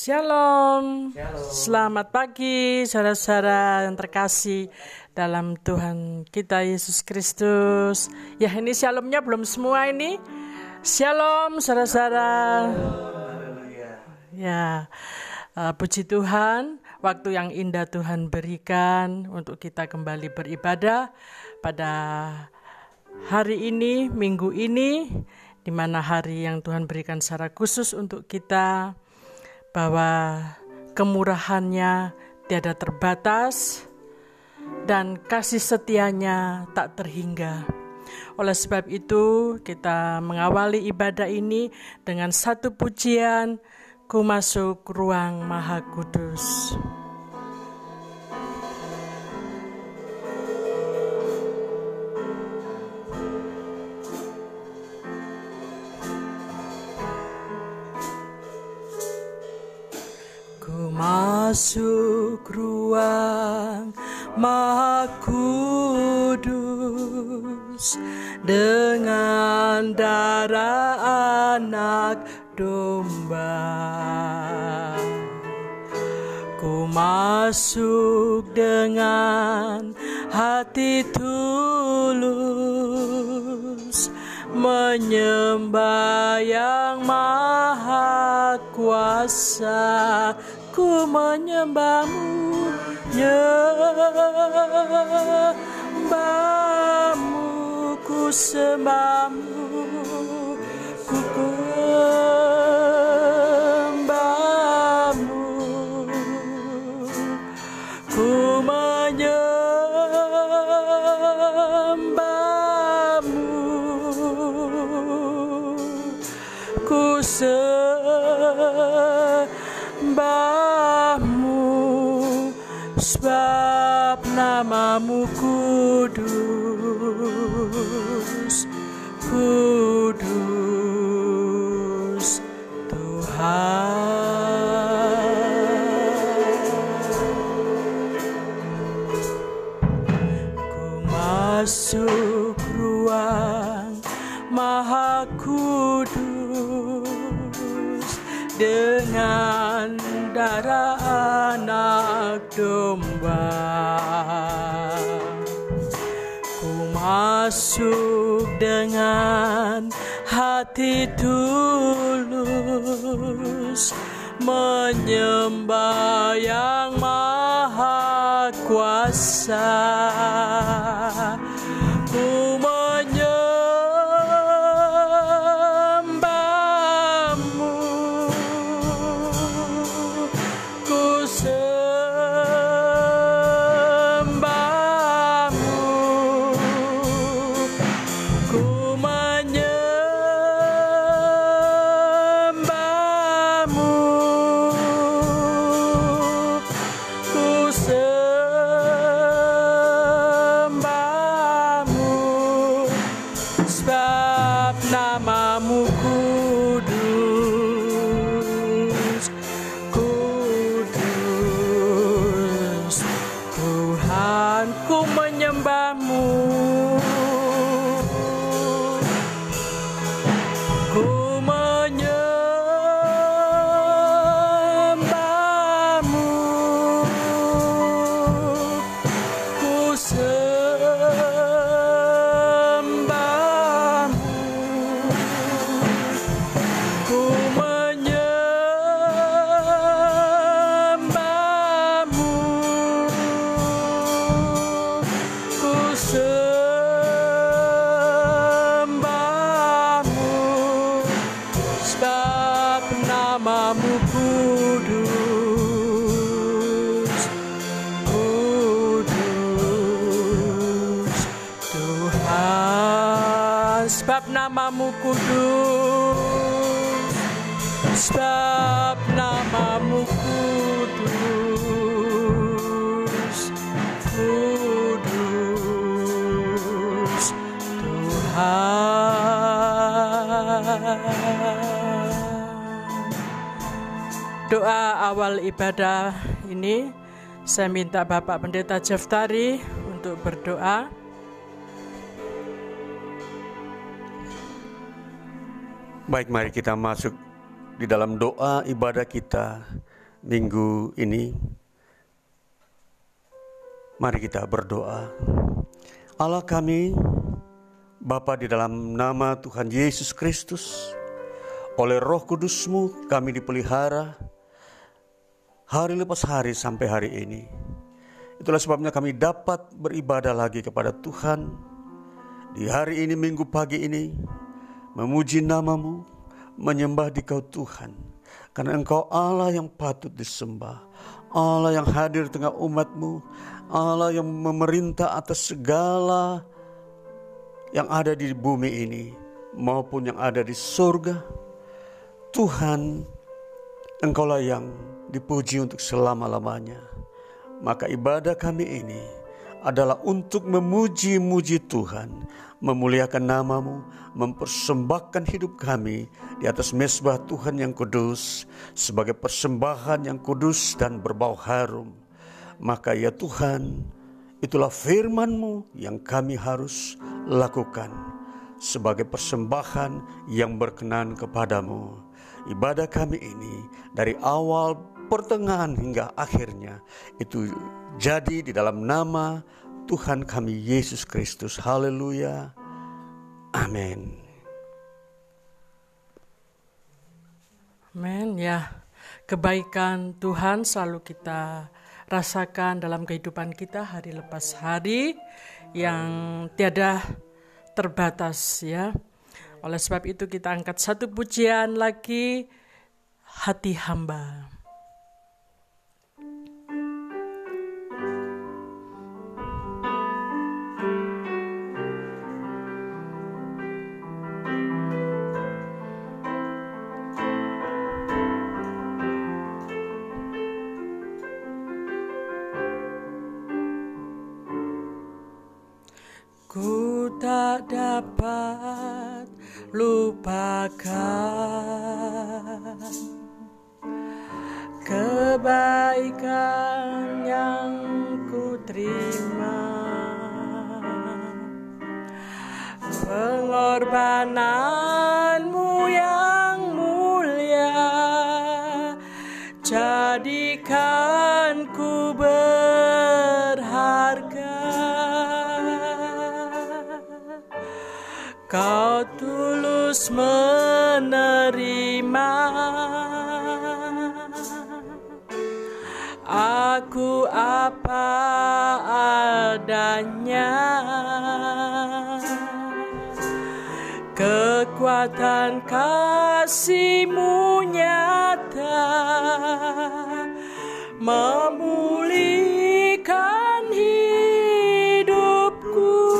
Shalom. Shalom. Selamat pagi saudara-saudara yang terkasih dalam Tuhan kita Yesus Kristus. Ya, ini shalomnya belum semua ini. Shalom saudara-saudara. Ya, puji Tuhan, waktu yang indah Tuhan berikan untuk kita kembali beribadah pada hari ini, minggu ini, di mana hari yang Tuhan berikan secara khusus untuk kita, bahwa kemurahannya tiada terbatas dan kasih setianya tak terhingga. Oleh sebab itu kita mengawali ibadah ini dengan satu pujian, Ku Masuk Ruang Maha Kudus. Masuk ruang Maha Kudus dengan darah anak domba. Ku masuk dengan hati tulus, menyembah yang maha kuasa. Ku menyembahmu, nyembahmu, ku sembahmu, ku kembahmu, ku menyembahmu, ku sebab namamu kudus, kudus Tuhan. Ku masuk ruang Maha Kudus dengan darah anak domba. Ku masuk dengan hati tulus, menyembah yang maha kuasa. Ku menyembahmu, ku sembahmu, ku menyembahmu, ku sembahmu, sebab namamu kudus, kudus Tuhan. Ku menyembahmu, ku menyembahmu, ku sembahmu, ku menyembahmu, ku sembahmu, sebab namamu kudus, kudus Tuhan. Sebab namamu kudus, sebab namamu kudus, kudus Tuhan. Doa awal ibadah ini saya minta Bapak Pendeta Jeftari untuk berdoa. Baik, mari kita masuk di dalam doa ibadah kita minggu ini, mari kita berdoa. Allah kami, Bapa, di dalam nama Tuhan Yesus Kristus, oleh Roh Kudus-Mu kami dipelihara hari lepas hari sampai hari ini. Itulah sebabnya kami dapat beribadah lagi kepada Tuhan di hari ini, minggu pagi ini, memuji nama-Mu, menyembah Dikau Tuhan, karena Engkau Allah yang patut disembah, Allah yang hadir di tengah umat-Mu, Allah yang memerintah atas segala yang ada di bumi ini maupun yang ada di surga. Tuhan, Engkaulah yang dipuji untuk selama-lamanya. Maka ibadah kami ini adalah untuk memuji-muji Tuhan, memuliakan nama-Mu, mempersembahkan hidup kami di atas mezbah Tuhan yang kudus sebagai persembahan yang kudus dan berbau harum. Maka ya Tuhan, itulah firman-Mu yang kami harus lakukan sebagai persembahan yang berkenan kepadamu. Ibadah kami ini dari awal, pertengahan hingga akhirnya itu jadi di dalam nama Tuhan kami Yesus Kristus. Haleluya. Amin. Amin. Ya, kebaikan Tuhan selalu kita rasakan dalam kehidupan kita hari lepas hari yang tiada terbatas, ya. Oleh sebab itu kita angkat satu pujian lagi, Hati Hamba. Ku tak dapat lupakan kebaikan yang ku terima, pengorbananmu yang mulia, jadikan ku berharga. Kau tulus menerima aku apa adanya. Kekuatan kasih-Mu nyata memulihkan hidupku.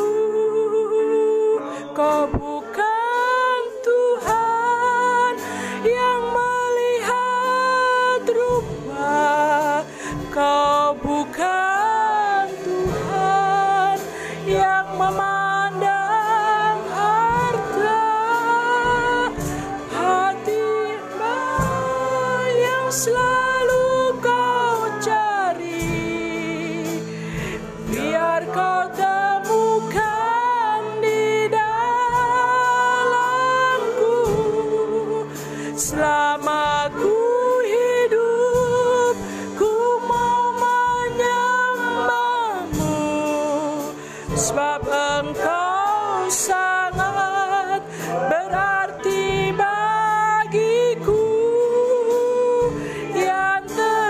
Kau bukan Tuhan yang melihat rupa, Kau bukan Tuhan yang memandang harta. Hati-Mu yang selalu Kau cari, biar Kau temukan selama ku hidup. Ku mau menyembah-Mu, sebab Engkau sangat berarti bagiku. Yang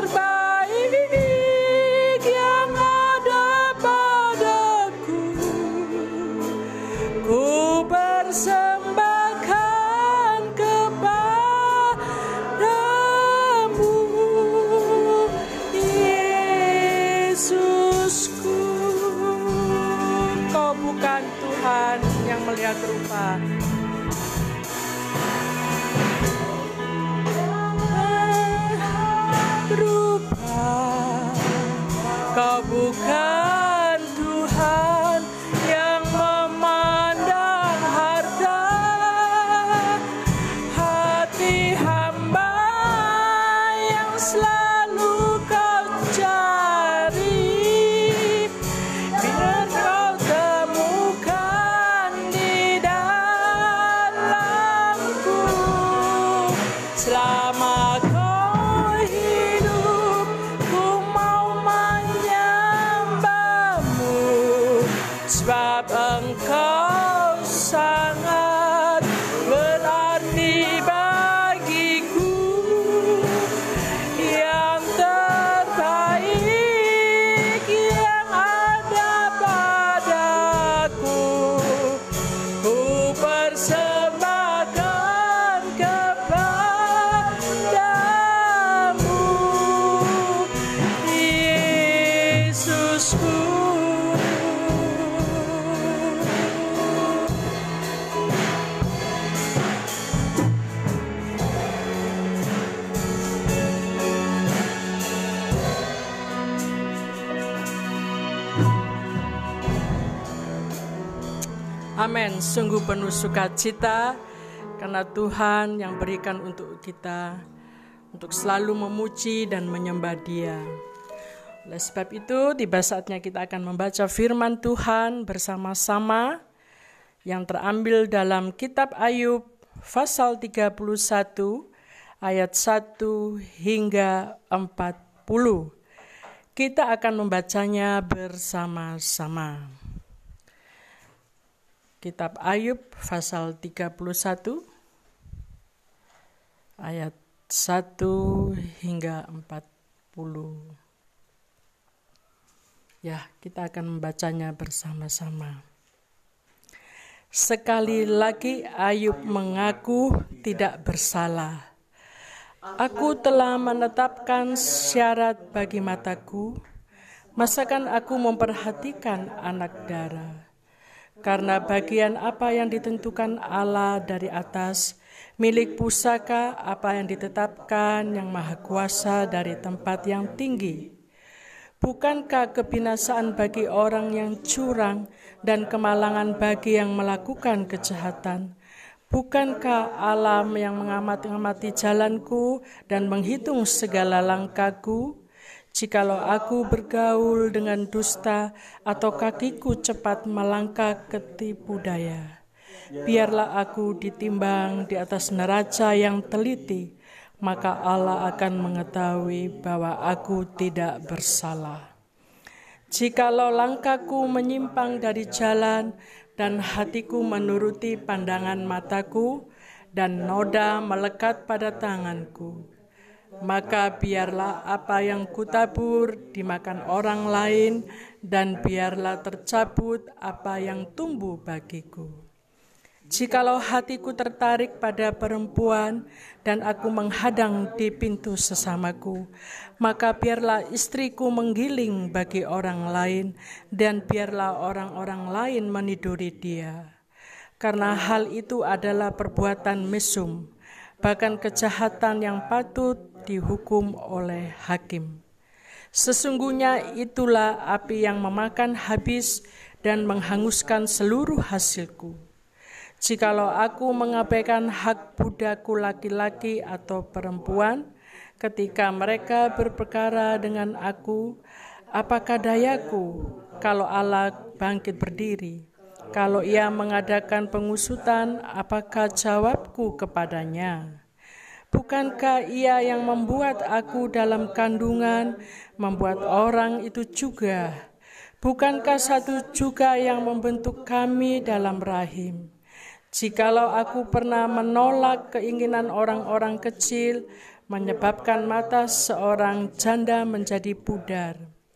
terbaik yang ada padaku, ku persembahkan kepadamu, Yesusku. Kau bukan Tuhan yang melihat rupa, Kau bukan Tuhan yang memandang harta. Hati hamba yang selalu Kau cari, biar Kau temukan di dalamku. Selama Kau hidup, Amin. Sungguh penuh sukacita karena Tuhan yang berikan untuk kita untuk selalu memuji dan menyembah Dia. Oleh sebab itu, tiba saatnya kita akan membaca firman Tuhan bersama-sama yang terambil dalam kitab Ayub pasal 31 ayat 1 hingga 40. Kita akan membacanya bersama-sama. Kitab Ayub pasal 31 ayat 1 hingga 40. Ya, kita akan membacanya bersama-sama. Sekali lagi Ayub mengaku tidak bersalah. Aku telah menetapkan syarat bagi mataku, masakan aku memperhatikan anak dara. Karena bagian apa yang ditentukan Allah dari atas, milik pusaka apa yang ditetapkan yang maha kuasa dari tempat yang tinggi. Bukankah kebinasaan bagi orang yang curang dan kemalangan bagi yang melakukan kejahatan? Bukankah Allah yang mengamati jalanku dan menghitung segala langkahku? Jikalau aku bergaul dengan dusta atau kakiku cepat melangkah ke tipu daya, biarlah aku ditimbang di atas neraca yang teliti, maka Allah akan mengetahui bahwa aku tidak bersalah. Jikalau langkahku menyimpang dari jalan dan hatiku menuruti pandangan mataku dan noda melekat pada tanganku, maka biarlah apa yang kutabur dimakan orang lain dan biarlah tercabut apa yang tumbuh bagiku. Jikalau hatiku tertarik pada perempuan dan aku menghadang di pintu sesamaku, maka biarlah istriku menggiling bagi orang lain dan biarlah orang-orang lain meniduri dia. Karena hal itu adalah perbuatan mesum, bahkan kejahatan yang patut dihukum oleh hakim. Sesungguhnya itulah api yang memakan habis dan menghanguskan seluruh hasilku. Jikalau aku mengabaikan hak budakku laki-laki atau perempuan, ketika mereka berperkara dengan aku, apakah dayaku kalau Allah bangkit berdiri? Kalau ia mengadakan pengusutan, apakah jawabku kepadanya? Bukankah ia yang membuat aku dalam kandungan, membuat orang itu juga? Bukankah satu juga yang membentuk kami dalam rahim? Jikalau aku pernah menolak keinginan orang-orang kecil, menyebabkan mata seorang janda menjadi pudar,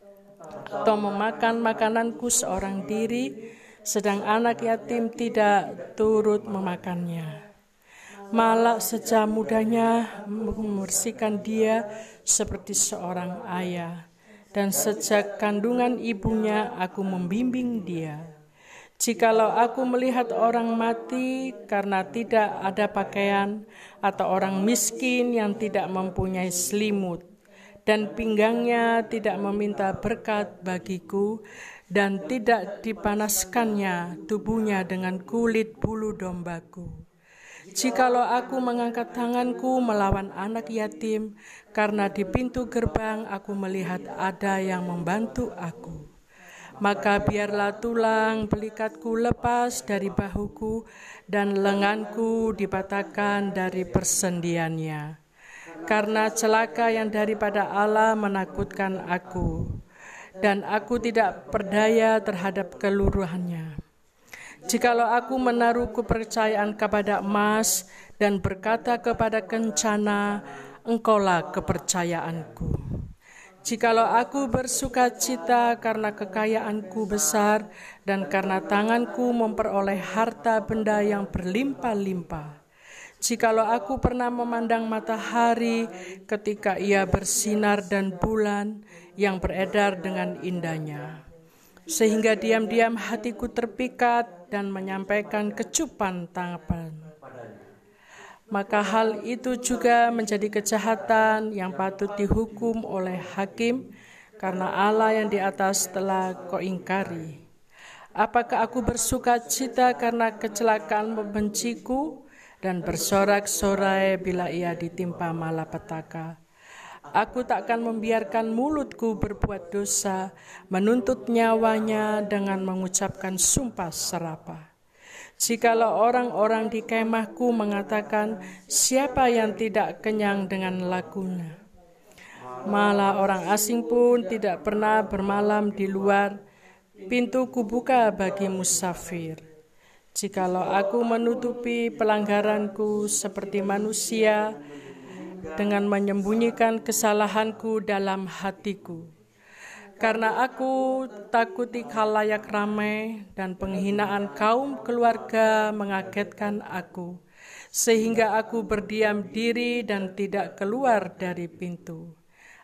atau memakan makananku seorang diri, sedang anak yatim tidak turut memakannya. Malah sejak mudanya membersihkan dia seperti seorang ayah, dan sejak kandungan ibunya aku membimbing dia. Jikalau aku melihat orang mati karena tidak ada pakaian, atau orang miskin yang tidak mempunyai selimut, dan pinggangnya tidak meminta berkat bagiku, dan tidak dipanaskannya tubuhnya dengan kulit bulu dombaku. Jikalau aku mengangkat tanganku melawan anak yatim, karena di pintu gerbang aku melihat ada yang membantu aku, maka biarlah tulang belikatku lepas dari bahuku dan lenganku dipatahkan dari persendiannya. Karena celaka yang daripada Allah menakutkan aku, dan aku tidak berdaya terhadap keluruhannya. Jikalau aku menaruh kepercayaan kepada emas dan berkata kepada kencana, engkaulah kepercayaanku. Jikalau aku bersukacita karena kekayaanku besar dan karena tanganku memperoleh harta benda yang berlimpah-limpah. Jikalau aku pernah memandang matahari ketika ia bersinar dan bulan yang beredar dengan indahnya, sehingga diam-diam hatiku terpikat dan menyampaikan kecupan tanggapan, maka hal itu juga menjadi kejahatan yang patut dihukum oleh hakim, karena Allah yang di atas telah kau ingkari. Apakah aku bersuka cita karena kecelakaan membenciku dan bersorak-sorai bila ia ditimpa malapetaka? Aku takkan membiarkan mulutku berbuat dosa, menuntut nyawanya dengan mengucapkan sumpah serapah. Jikalau orang-orang di kemahku mengatakan, siapa yang tidak kenyang dengan lakunya? Malah orang asing pun tidak pernah bermalam di luar, pintu kubuka bagi musafir. Jikalau aku menutupi pelanggaranku seperti manusia dengan menyembunyikan kesalahanku dalam hatiku, karena aku takuti khalayak ramai dan penghinaan kaum keluarga mengagetkan aku, sehingga aku berdiam diri dan tidak keluar dari pintu.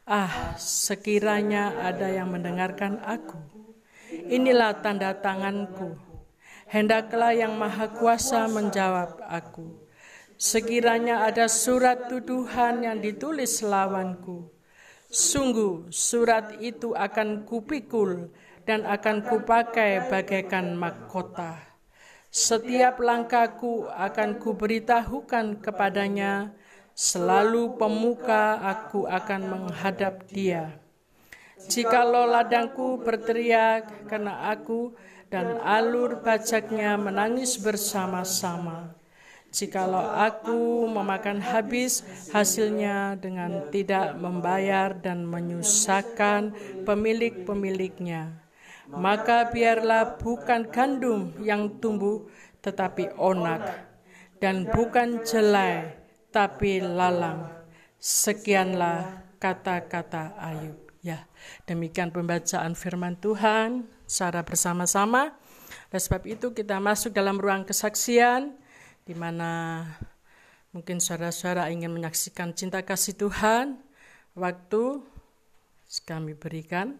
Sekiranya ada yang mendengarkan aku. Inilah tanda tanganku. Hendaklah yang Maha Kuasa menjawab aku. Sekiranya ada surat tuduhan yang ditulis lawanku, sungguh surat itu akan kupikul dan akan kupakai bagaikan mahkota. Setiap langkahku akan kuberitahukan kepadanya, selalu pemuka aku akan menghadap dia. Jikalau ladangku berteriak karena aku dan alur bajaknya menangis bersama-sama. Jikalau aku memakan habis hasilnya dengan tidak membayar dan menyusahkan pemilik-pemiliknya, maka biarlah bukan gandum yang tumbuh tetapi onak, dan bukan jelai tapi lalang. Sekianlah kata-kata Ayub. Ya, demikian pembacaan firman Tuhan secara bersama-sama. Oleh sebab itu kita masuk dalam ruang kesaksian, di mana mungkin saudara-saudara ingin menyaksikan cinta kasih Tuhan. Waktu kami berikan.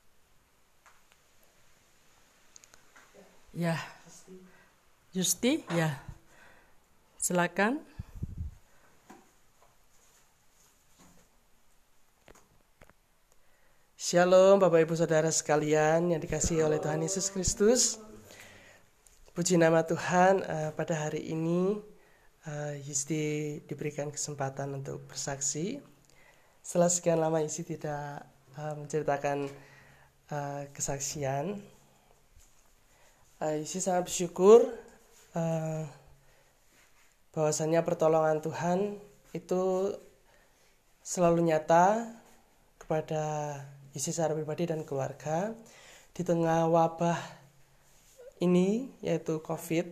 Ya, Yusti, ya, silakan. Shalom Bapak Ibu Saudara sekalian yang dikasihi oleh Tuhan Yesus Kristus. Puji nama Tuhan, pada hari ini Yusti diberikan kesempatan untuk bersaksi. Setelah sekian lama Yusti tidak menceritakan kesaksian, Yusti sangat bersyukur bahwasannya pertolongan Tuhan itu selalu nyata kepada Yusti secara pribadi dan keluarga di tengah wabah ini, yaitu COVID,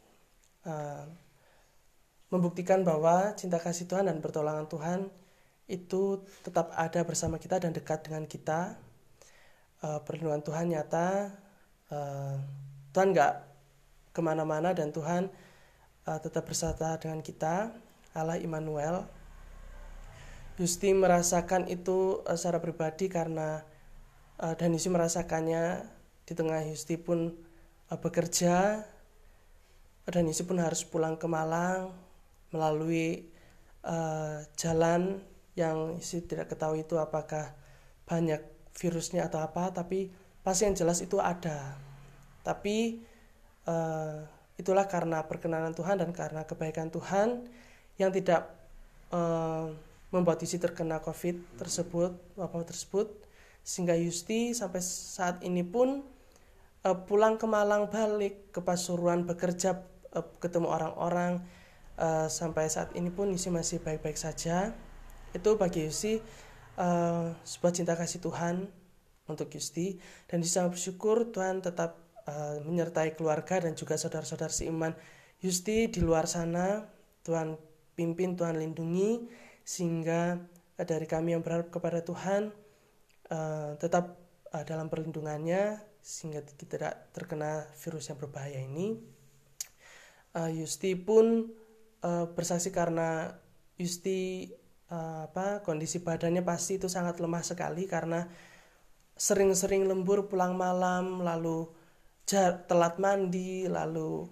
membuktikan bahwa cinta kasih Tuhan dan pertolongan Tuhan itu tetap ada bersama kita dan dekat dengan kita. Perlindungan Tuhan nyata, Tuhan gak kemana-mana dan Tuhan tetap bersama dengan kita, Allah Immanuel. Yusti merasakan itu secara pribadi karena dan Yusti merasakannya di tengah Yusti pun bekerja, dan Yusti pun harus pulang ke Malang melalui jalan yang Yusti tidak ketahui itu apakah banyak virusnya atau apa, tapi pasti yang jelas itu ada. Tapi itulah karena perkenanan Tuhan dan karena kebaikan Tuhan yang tidak membuat Yusti terkena COVID tersebut, wabah tersebut, sehingga Yusti sampai saat ini pun pulang ke Malang, balik ke Pasuruan, bekerja, ketemu orang-orang, sampai saat ini pun Yusti masih baik-baik saja. Itu bagi Yusti sebuah cinta kasih Tuhan untuk Yusti, dan Yusti sangat bersyukur Tuhan tetap menyertai keluarga dan juga saudara-saudara seiman Yusti di luar sana. Tuhan pimpin, Tuhan lindungi, sehingga dari kami yang berharap kepada Tuhan tetap dalam perlindungannya sehingga tidak terkena virus yang berbahaya ini. Yusti pun bersaksi karena Yusti kondisi badannya pasti itu sangat lemah sekali karena sering-sering lembur pulang malam, lalu telat mandi, lalu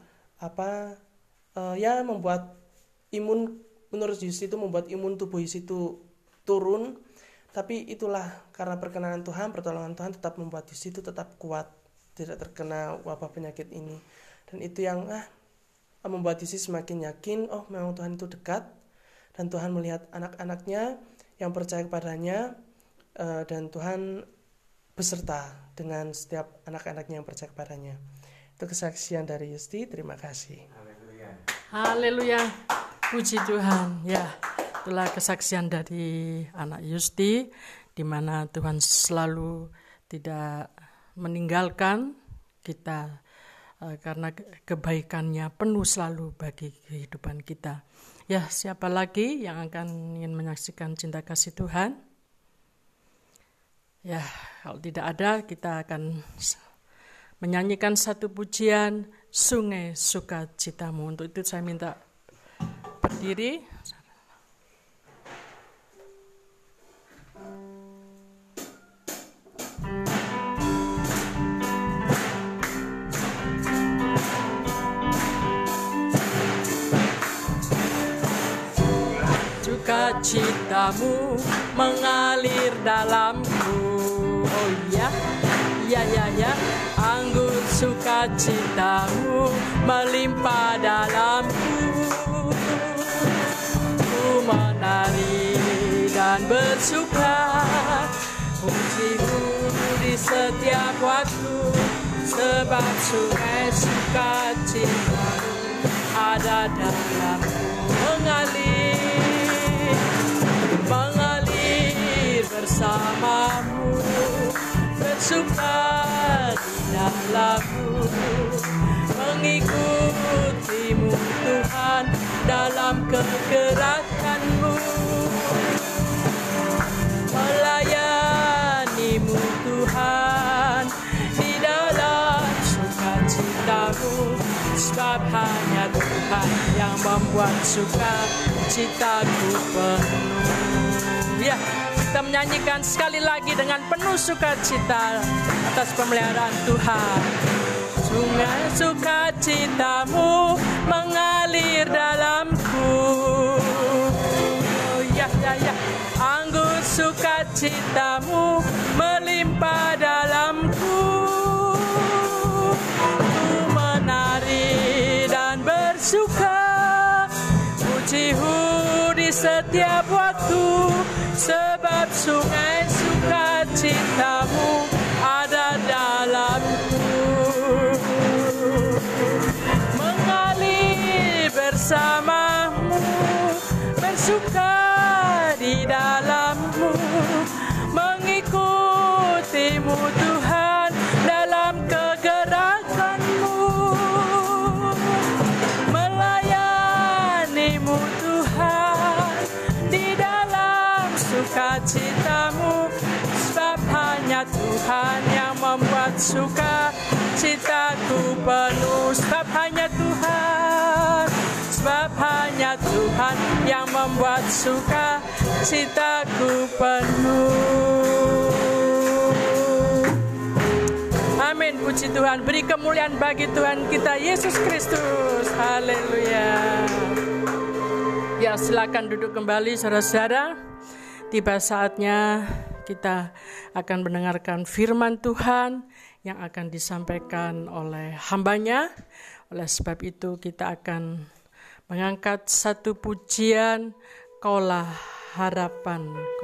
membuat imun, menurut Yusti itu membuat imun tubuh Yusti itu turun. Tapi itulah karena perkenanan Tuhan, pertolongan Tuhan tetap membuat Yusti itu tetap kuat tidak terkena wabah penyakit ini. Dan itu yang membuat Yesus semakin yakin, oh memang Tuhan itu dekat, dan Tuhan melihat anak-anaknya yang percaya kepadanya, dan Tuhan beserta dengan setiap anak-anaknya yang percaya kepadanya. Itu kesaksian dari Yusti. Terima kasih. Haleluya. Puji Tuhan. Ya, itulah kesaksian dari anak Yusti, di mana Tuhan selalu tidak meninggalkan kita, karena kebaikannya penuh selalu bagi kehidupan kita. Ya, siapa lagi yang akan ingin menyaksikan cinta kasih Tuhan? Ya, kalau tidak ada, kita akan menyanyikan satu pujian, Sungai Sukacitamu. Untuk itu saya minta berdiri. Sukacitamu mengalir dalamku. Oh ya, ya. Anggur sukacitamu melimpah dalamku. Ku menari dan bersuka, pujimu di setiap waktu, sebab sungai sukacitamu ada dalamku. Mengalir bersamamu, bersuka di dalammu, mengikutimu Tuhan dalam kegerakanmu, melayanimu Tuhan di dalam sukacitamu, sebab hanya Tuhan yang membuat sukacitaku penuh. Ya, kita menyanyikan sekali lagi dengan penuh sukacita atas pemeliharaan Tuhan. Sungai sukacitamu mengalir dalamku. Oh ya. Anggur sukacitamu melimpah dalamku. Ku menari dan bersuka, pujimu di setiap waktu, sebab sungai sukacitamu ada dalamku. Mengalir bersamamu, bersuka di dalammu, mengikutimu Tuhan dalam kegerakanmu, melayanimu Tuhan di dalam sukacitamu, sebab hanya Tuhan yang membuat sukacitaku penuh. Sebab hanya Tuhan yang membuat sukacitaku penuh. Amin. Puji Tuhan. Beri kemuliaan bagi Tuhan kita Yesus Kristus. Haleluya. Ya, silakan duduk kembali saudara-saudara. Tiba saatnya kita akan mendengarkan firman Tuhan yang akan disampaikan oleh hambanya. Oleh sebab itu kita akan mengangkat satu pujian, Kaulah Harapanku.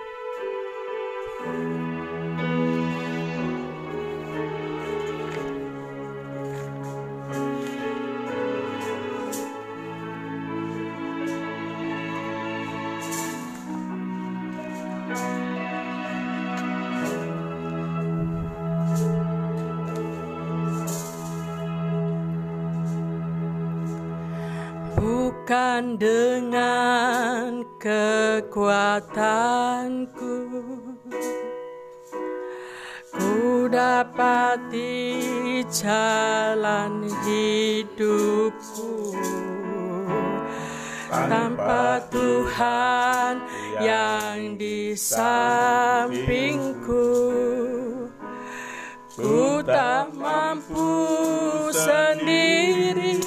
Bukan dengan kekuatanku ku dapati jalan hidupku, tanpa Tuhan yang di sampingku ku tak mampu sendiri.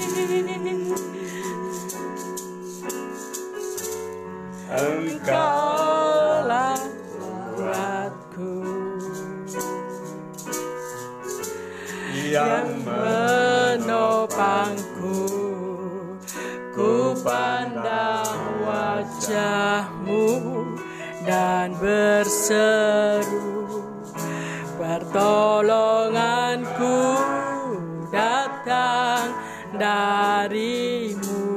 Engkaulah kuatku, lapangku, ku pandang wajah-Mu dan berseru, pertolonganku datang dari-Mu.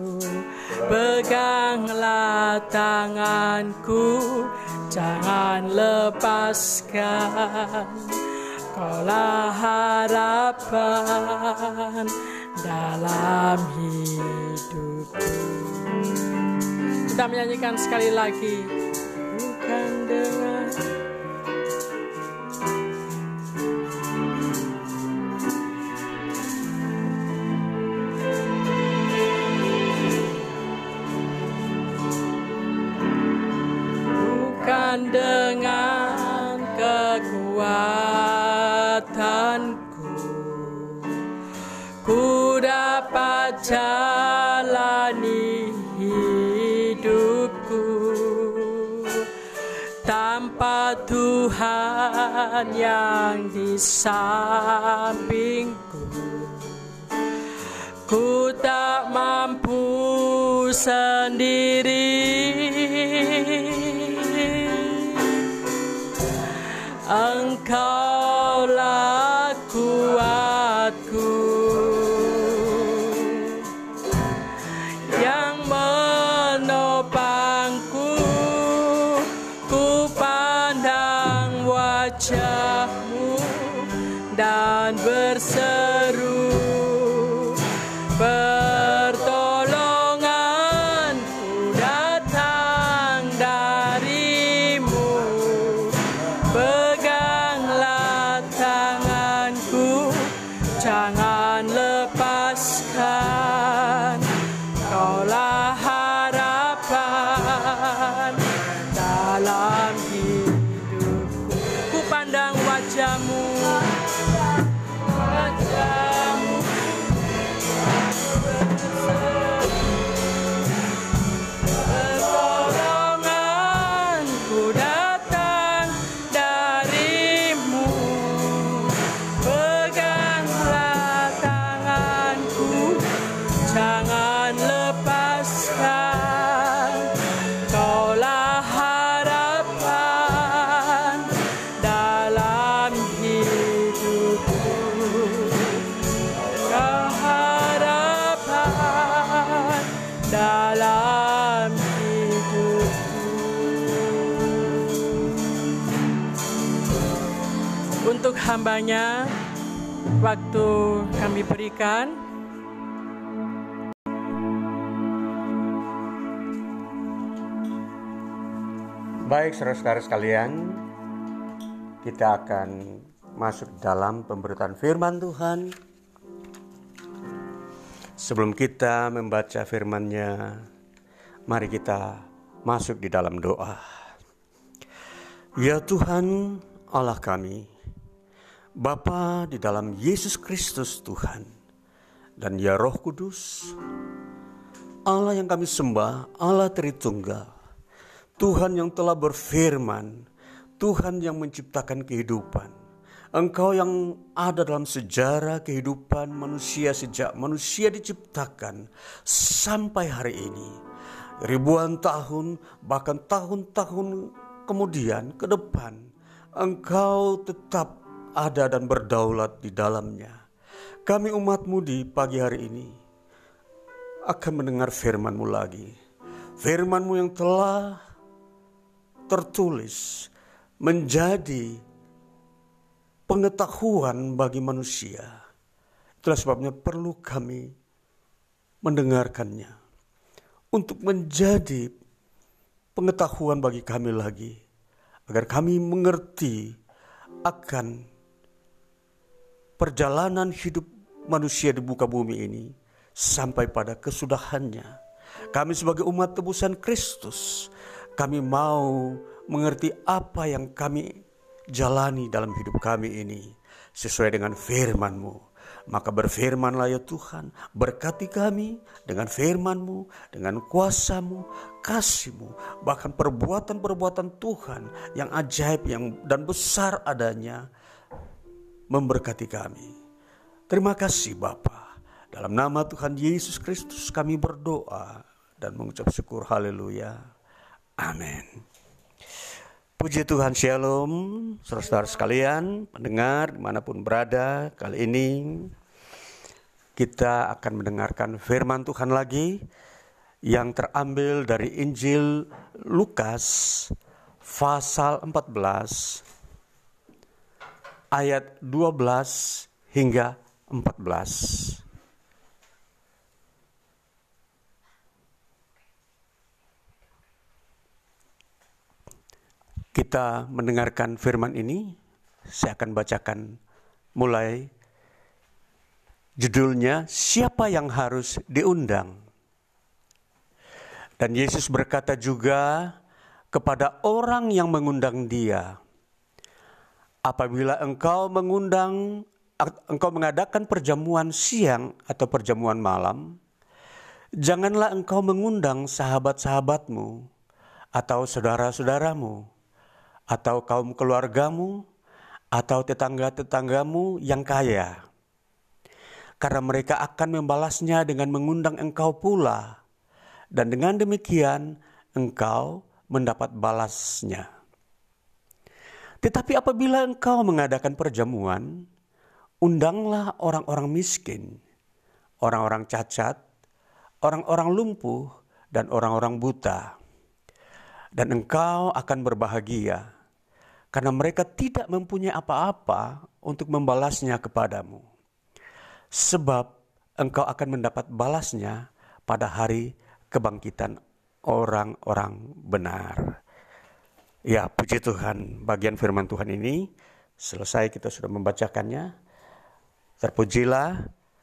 Peganglah tanganku, jangan lepaskan, Kaulah harapan dalam hidupku. Kita menyanyikan sekali lagi. Bukan dengan dengan kekuatanku, ku dapat jalani hidupku. Tanpa Tuhan yang di sampingku, ku tak mampu sendiri. Engkaulah kuatku, yang menopangku. Ku pandang wajah-Mu dan berseru, pertolonganku datang dari-Mu. Peganglah tanganku, jangan lepaskan, Kaulah harapan dalam hidupku. Ku pandang wajah-Mu, wajah-Mu, pertolonganku datang dari-Mu. Peganglah tanganku, jangan lepaskan, Kaulah harapan dalam hidupku. Kaulah harapan dalam hidupku. Untuk hamba-Nya, waktu kami berikan. Baik, saudara-saudara sekalian, kita akan masuk dalam pemberitaan firman Tuhan. Sebelum kita membaca firman-Nya, mari kita masuk di dalam doa. Ya Tuhan Allah kami, Bapa di dalam Yesus Kristus Tuhan, dan ya Roh Kudus, Allah yang kami sembah, Allah Tritunggal, Tuhan yang telah berfirman, Tuhan yang menciptakan kehidupan. Engkau yang ada dalam sejarah kehidupan manusia sejak manusia diciptakan sampai hari ini. Ribuan tahun, bahkan tahun-tahun kemudian ke depan, Engkau tetap ada dan berdaulat di dalamnya. Kami umat-Mu di pagi hari ini akan mendengar firman-Mu lagi. Firman-Mu yang telah tertulis menjadi pengetahuan bagi manusia. Itulah sebabnya perlu kami mendengarkannya untuk menjadi pengetahuan bagi kami lagi, agar kami mengerti akan perjalanan hidup manusia di muka bumi ini sampai pada kesudahannya. Kami sebagai umat tebusan Kristus, kami mau mengerti apa yang kami jalani dalam hidup kami ini sesuai dengan firman-Mu. Maka berfirmanlah ya Tuhan, berkati kami dengan firman-Mu, dengan kuasa-Mu, kasih-Mu, bahkan perbuatan-perbuatan Tuhan yang ajaib dan besar adanya memberkati kami. Terima kasih Bapa. Dalam nama Tuhan Yesus Kristus kami berdoa dan mengucap syukur. Haleluya. Amin. Puji Tuhan, shalom. Saudara-saudara sekalian, pendengar dimanapun berada, kali ini kita akan mendengarkan firman Tuhan lagi yang terambil dari Injil Lukas pasal 14 ayat 12 hingga 14. Kita mendengarkan firman ini, saya akan bacakan mulai judulnya, Siapa yang harus diundang? Dan Yesus berkata juga kepada orang yang mengundang dia, apabila engkau mengadakan perjamuan siang atau perjamuan malam, janganlah engkau mengundang sahabat-sahabatmu atau saudara-saudaramu, atau kaum keluargamu, atau tetangga-tetanggamu yang kaya. Karena mereka akan membalasnya dengan mengundang engkau pula, dan dengan demikian engkau mendapat balasnya. Tetapi apabila engkau mengadakan perjamuan, undanglah orang-orang miskin, orang-orang cacat, orang-orang lumpuh, dan orang-orang buta. Dan engkau akan berbahagia, karena mereka tidak mempunyai apa-apa untuk membalasnya kepadamu. Sebab engkau akan mendapat balasnya pada hari kebangkitan orang-orang benar. Ya, puji Tuhan, bagian firman Tuhan ini selesai, kita sudah membacakannya. Terpujilah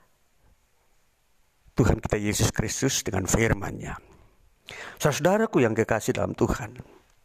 Tuhan kita Yesus Kristus dengan firman-Nya. Saudaraku yang kekasih dalam Tuhan,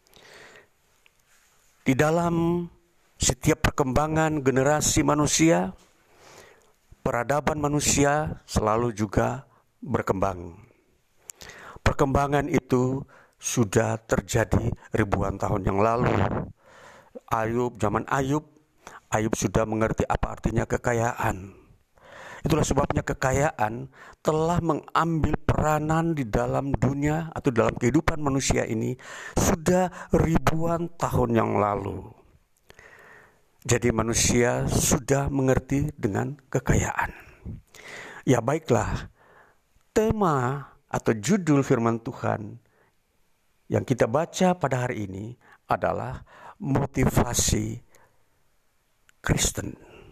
di dalam setiap perkembangan generasi manusia, peradaban manusia selalu juga berkembang. Perkembangan itu sudah terjadi ribuan tahun yang lalu. Zaman Ayub sudah mengerti apa artinya kekayaan. Itulah sebabnya kekayaan telah mengambil peranan di dalam dunia atau dalam kehidupan manusia ini sudah ribuan tahun yang lalu. Jadi manusia sudah mengerti dengan kekayaan. Ya baiklah, tema atau judul firman Tuhan yang kita baca pada hari ini adalah motivasi Kristen.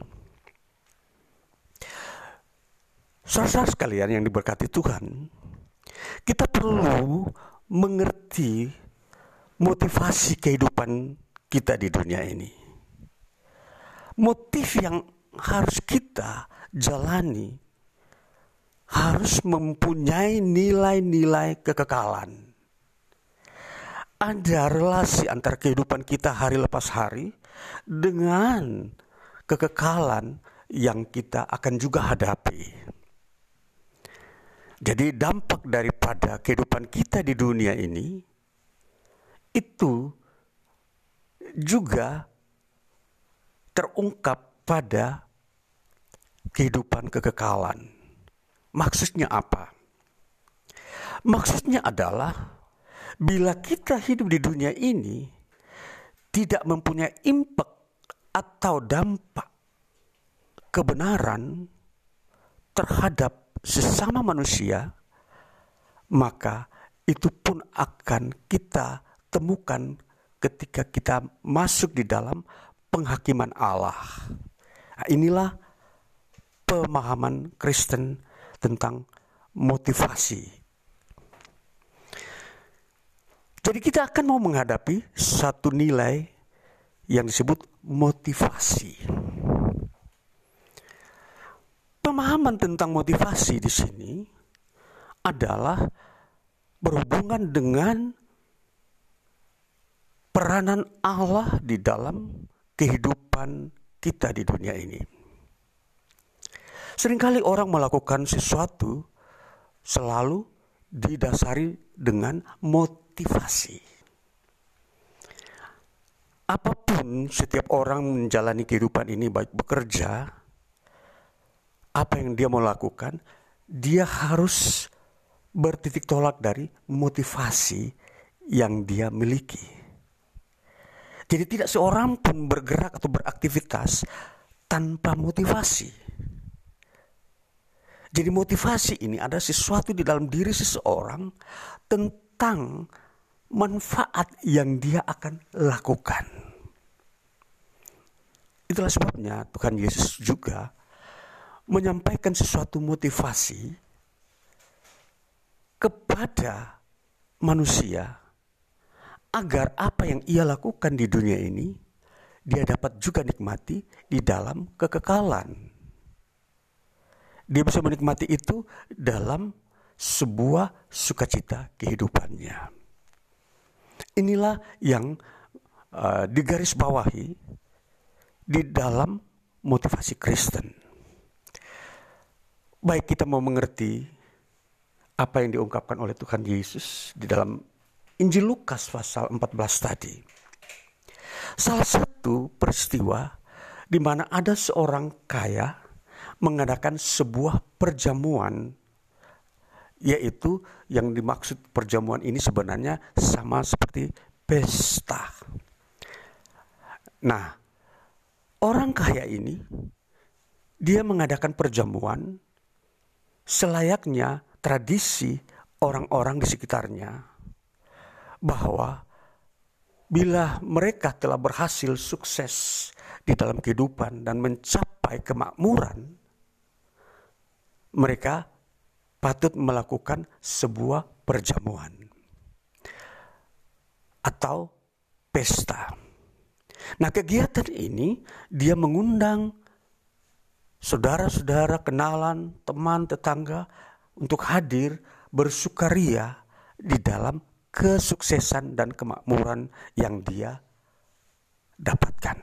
Saudara sekalian yang diberkati Tuhan, kita perlu mengerti motivasi kehidupan kita di dunia ini. Motif yang harus kita jalani harus mempunyai nilai-nilai kekekalan. Ada relasi antara kehidupan kita hari lepas hari dengan kekekalan yang kita akan juga hadapi. Jadi dampak daripada kehidupan kita di dunia ini itu juga terungkap pada kehidupan kekekalan. Maksudnya apa? Maksudnya adalah bila kita hidup di dunia ini tidak mempunyai impact atau dampak kebenaran terhadap sesama manusia, maka itu pun akan kita temukan ketika kita masuk di dalam penghakiman Allah. Nah, inilah pemahaman Kristen tentang motivasi. Jadi kita akan mau menghadapi satu nilai yang disebut motivasi. Pemahaman tentang motivasi di sini adalah berhubungan dengan peranan Allah di dalam kehidupan kita di dunia ini. Seringkali orang melakukan sesuatu selalu didasari dengan motivasi. Apapun setiap orang menjalani kehidupan ini, baik bekerja, apa yang dia mau lakukan, dia harus bertitik tolak dari motivasi yang dia miliki. Jadi tidak seorang pun bergerak atau beraktivitas tanpa motivasi. Jadi motivasi ini ada sesuatu di dalam diri seseorang tentang manfaat yang dia akan lakukan. Itulah sebabnya Tuhan Yesus juga menyampaikan sesuatu motivasi kepada manusia agar apa yang ia lakukan di dunia ini dia dapat juga nikmati di dalam kekekalan. Dia bisa menikmati itu dalam sebuah sukacita kehidupannya. Inilah yang digarisbawahi di dalam motivasi Kristen. Baik kita mau mengerti apa yang diungkapkan oleh Tuhan Yesus di dalam Injil Lukas pasal 14 tadi. Salah satu peristiwa di mana ada seorang kaya mengadakan sebuah perjamuan, yaitu yang dimaksud perjamuan ini sebenarnya sama seperti pesta. Nah, orang kaya ini dia mengadakan perjamuan selayaknya tradisi orang-orang di sekitarnya, bahwa bila mereka telah berhasil sukses di dalam kehidupan dan mencapai kemakmuran, mereka patut melakukan sebuah perjamuan atau pesta. Nah, kegiatan ini dia mengundang saudara-saudara, kenalan, teman, tetangga untuk hadir bersukaria di dalam kesuksesan dan kemakmuran yang dia dapatkan.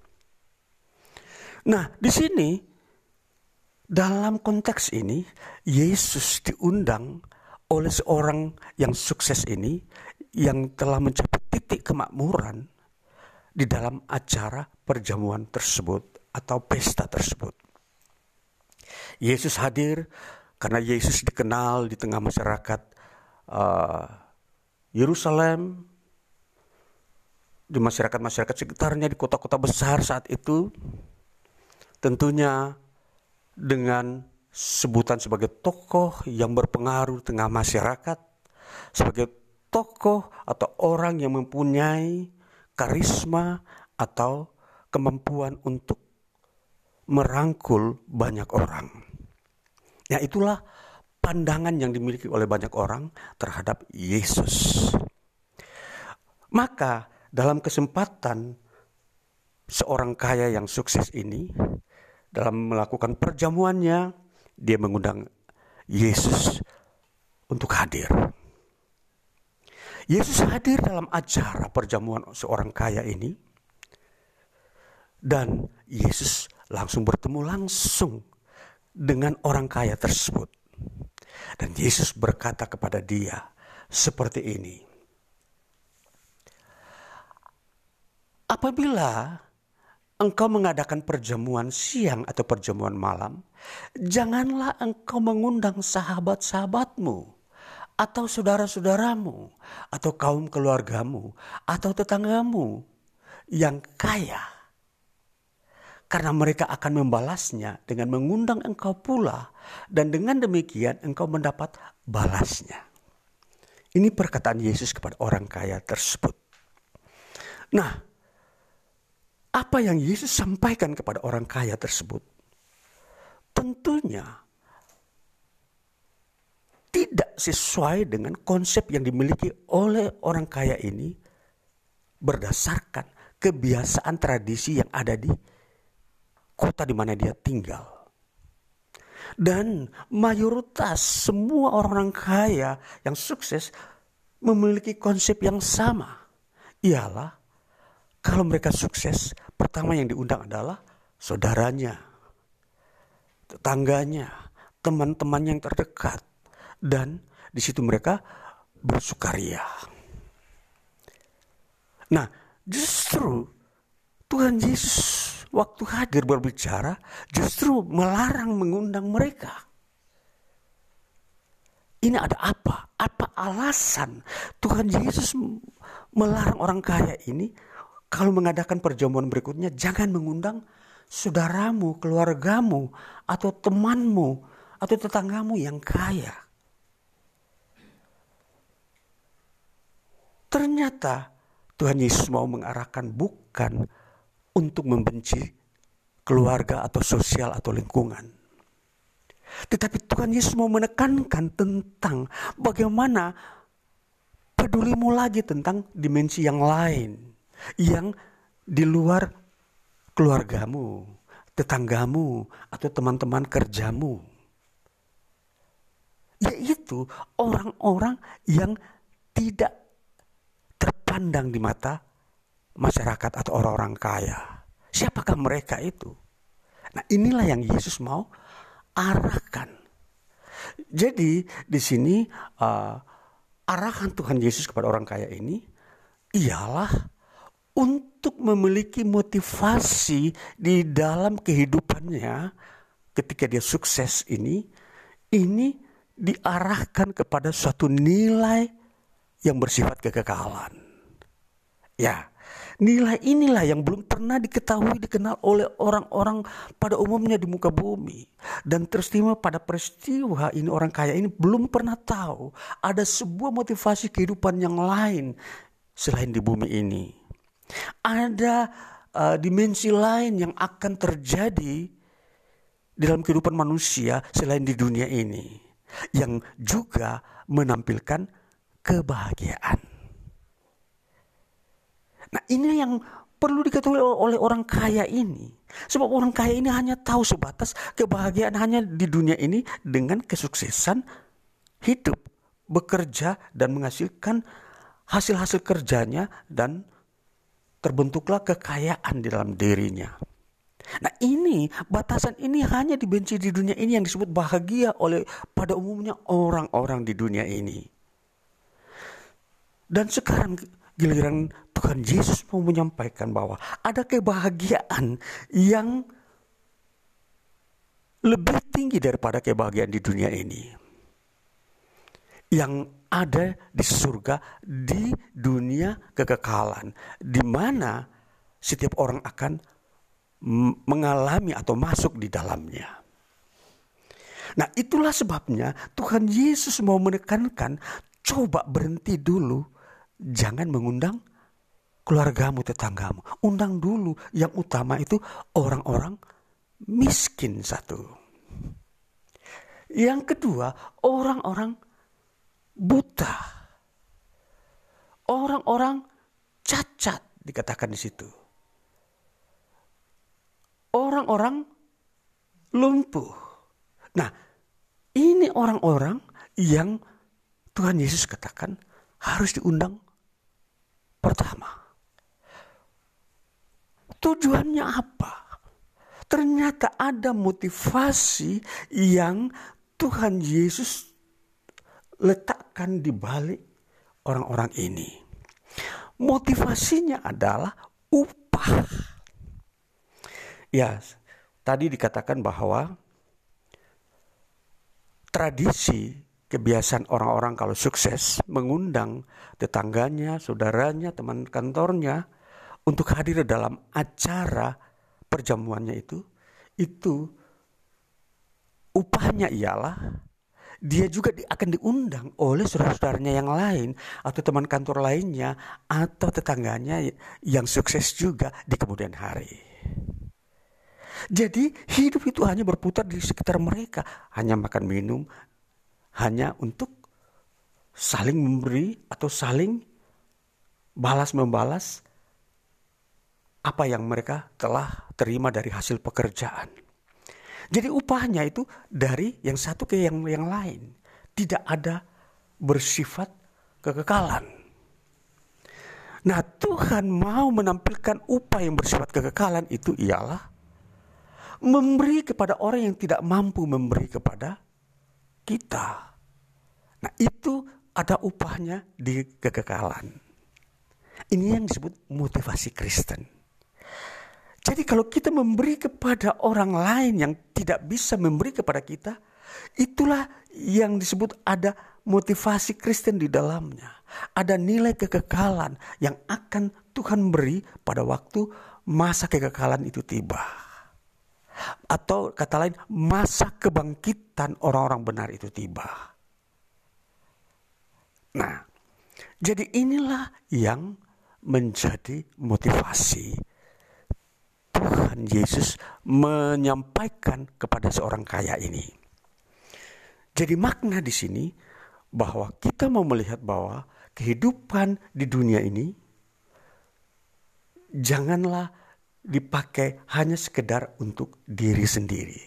Nah, di sini dalam konteks ini Yesus diundang oleh seorang yang sukses ini yang telah mencapai titik kemakmuran di dalam acara perjamuan tersebut atau pesta tersebut. Yesus hadir karena Yesus dikenal di tengah masyarakat Yerusalem, di masyarakat-masyarakat sekitarnya, di kota-kota besar saat itu, tentunya dengan sebutan sebagai tokoh yang berpengaruh di tengah masyarakat, sebagai tokoh atau orang yang mempunyai karisma atau kemampuan untuk merangkul banyak orang. Ya, itulah pandangan yang dimiliki oleh banyak orang terhadap Yesus. Maka dalam kesempatan seorang kaya yang sukses ini, dalam melakukan perjamuannya, dia mengundang Yesus untuk hadir. Yesus hadir dalam acara perjamuan seorang kaya ini, dan Yesus langsung bertemu langsung dengan orang kaya tersebut. Dan Yesus berkata kepada dia seperti ini. Apabila engkau mengadakan perjamuan siang atau perjamuan malam, janganlah engkau mengundang sahabat-sahabatmu atau saudara-saudaramu atau kaum keluargamu atau tetanggamu yang kaya, karena mereka akan membalasnya dengan mengundang engkau pula, dan dengan demikian engkau mendapat balasnya. Ini perkataan Yesus kepada orang kaya tersebut. Nah, apa yang Yesus sampaikan kepada orang kaya tersebut tentunya tidak sesuai dengan konsep yang dimiliki oleh orang kaya ini berdasarkan kebiasaan tradisi yang ada di kota di mana dia tinggal. Dan mayoritas semua orang kaya yang sukses memiliki konsep yang sama. Ialah kalau mereka sukses, pertama yang diundang adalah saudaranya, tetangganya, teman-teman yang terdekat. Dan di situ mereka bersukaria. Nah, justru Tuhan Yesus waktu hadir berbicara justru melarang mengundang mereka. ini ada apa? Apa alasan Tuhan Yesus melarang orang kaya ini kalau mengadakan perjamuan berikutnya jangan mengundang saudaramu, keluargamu, atau temanmu, atau tetanggamu yang kaya. Ternyata Tuhan Yesus mau mengarahkan bukan untuk membenci keluarga atau sosial atau lingkungan. Tetapi Tuhan Yesus mau menekankan tentang bagaimana pedulimu lagi tentang dimensi yang lain, yang di luar keluargamu, tetanggamu, atau teman-teman kerjamu. Yaitu orang-orang yang tidak terpandang di mata masyarakat atau orang-orang kaya. Siapakah mereka itu? Nah, inilah yang Yesus mau arahkan. Jadi di sini arahan Tuhan Yesus kepada orang kaya ini ialah untuk memiliki motivasi di dalam kehidupannya ketika dia sukses ini diarahkan kepada suatu nilai yang bersifat kekekalan. Ya, nilai inilah yang belum pernah dikenal oleh orang-orang pada umumnya di muka bumi. Dan terus pada peristiwa ini orang kaya ini belum pernah tahu ada sebuah motivasi kehidupan yang lain selain di bumi ini. Ada dimensi lain yang akan terjadi di dalam kehidupan manusia selain di dunia ini. Yang juga menampilkan kebahagiaan. Nah, ini yang perlu diketahui oleh orang kaya ini. Sebab orang kaya ini hanya tahu sebatas kebahagiaan hanya di dunia ini dengan kesuksesan hidup, bekerja dan menghasilkan hasil-hasil kerjanya dan terbentuklah kekayaan di dalam dirinya. Nah, ini batasan ini hanya dibenci di dunia ini yang disebut bahagia oleh pada umumnya orang-orang di dunia ini. Dan sekarang giliran Tuhan Yesus mau menyampaikan bahwa ada kebahagiaan yang lebih tinggi daripada kebahagiaan di dunia ini. Yang ada di surga, di dunia kekekalan, di mana setiap orang akan mengalami atau masuk di dalamnya. Nah, itulah sebabnya Tuhan Yesus mau menekankan, coba berhenti dulu, jangan mengundang keluargamu, tetanggamu. Undang dulu yang utama itu orang-orang miskin satu. Yang kedua, orang-orang buta. Orang-orang cacat dikatakan di situ. Orang-orang lumpuh. Nah, ini orang-orang yang Tuhan Yesus katakan harus diundang pertama. Tujuannya apa? Ternyata ada motivasi yang Tuhan Yesus letakkan di balik orang-orang ini. Motivasinya adalah upah. Ya, tadi dikatakan bahwa tradisi kebiasaan orang-orang kalau sukses mengundang tetangganya, saudaranya, teman kantornya untuk hadir dalam acara perjamuannya itu upahnya ialah dia juga akan diundang oleh saudara-saudaranya yang lain atau teman kantor lainnya atau tetangganya yang sukses juga di kemudian hari. Jadi hidup itu hanya berputar di sekitar mereka, hanya makan minum, hanya untuk saling memberi atau saling balas-membalas apa yang mereka telah terima dari hasil pekerjaan. Jadi upahnya itu dari yang satu ke yang lain. Tidak ada bersifat kekekalan. Nah, Tuhan mau menampilkan upah yang bersifat kekekalan itu ialah memberi kepada orang yang tidak mampu memberi kepada kita. Nah, itu ada upahnya di kekekalan. Ini yang disebut motivasi Kristen. Jadi kalau kita memberi kepada orang lain yang tidak bisa memberi kepada kita, itulah yang disebut ada motivasi Kristen di dalamnya. Ada nilai kekekalan yang akan Tuhan beri pada waktu masa kekekalan itu tiba. Atau kata lain, masa kebangkitan orang-orang benar itu tiba. Nah, jadi inilah yang menjadi motivasi Tuhan Yesus menyampaikan kepada seorang kaya ini. Jadi makna di sini bahwa kita mau melihat bahwa kehidupan di dunia ini janganlah dipakai hanya sekedar untuk diri sendiri.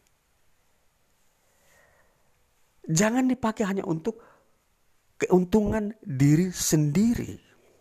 Jangan dipakai hanya untuk keuntungan diri sendiri.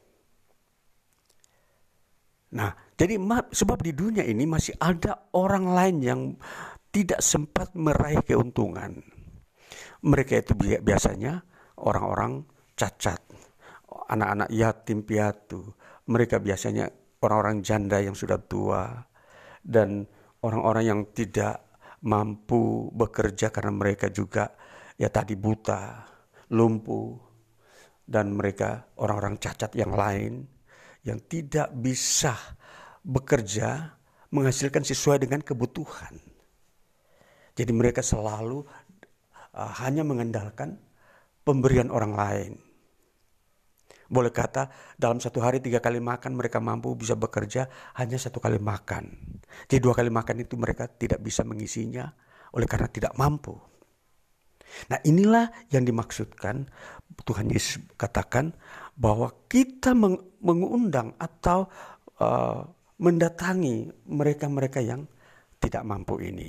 Nah, jadi sebab di dunia ini masih ada orang lain yang tidak sempat meraih keuntungan. Mereka itu biasanya orang-orang cacat, anak-anak yatim piatu. Mereka biasanya orang-orang janda yang sudah tua dan orang-orang yang tidak mampu bekerja karena mereka juga ya tadi buta, lumpuh, dan mereka orang-orang cacat yang lain yang tidak bisa bekerja menghasilkan sesuai dengan kebutuhan. Jadi mereka selalu hanya mengandalkan pemberian orang lain. Boleh kata dalam satu hari 3 kali makan mereka mampu bisa bekerja hanya 1 kali makan. Jadi 2 kali makan itu mereka tidak bisa mengisinya oleh karena tidak mampu. Nah, inilah yang dimaksudkan Tuhan Yesus katakan bahwa kita mengundang atau mendatangi mereka-mereka yang tidak mampu ini.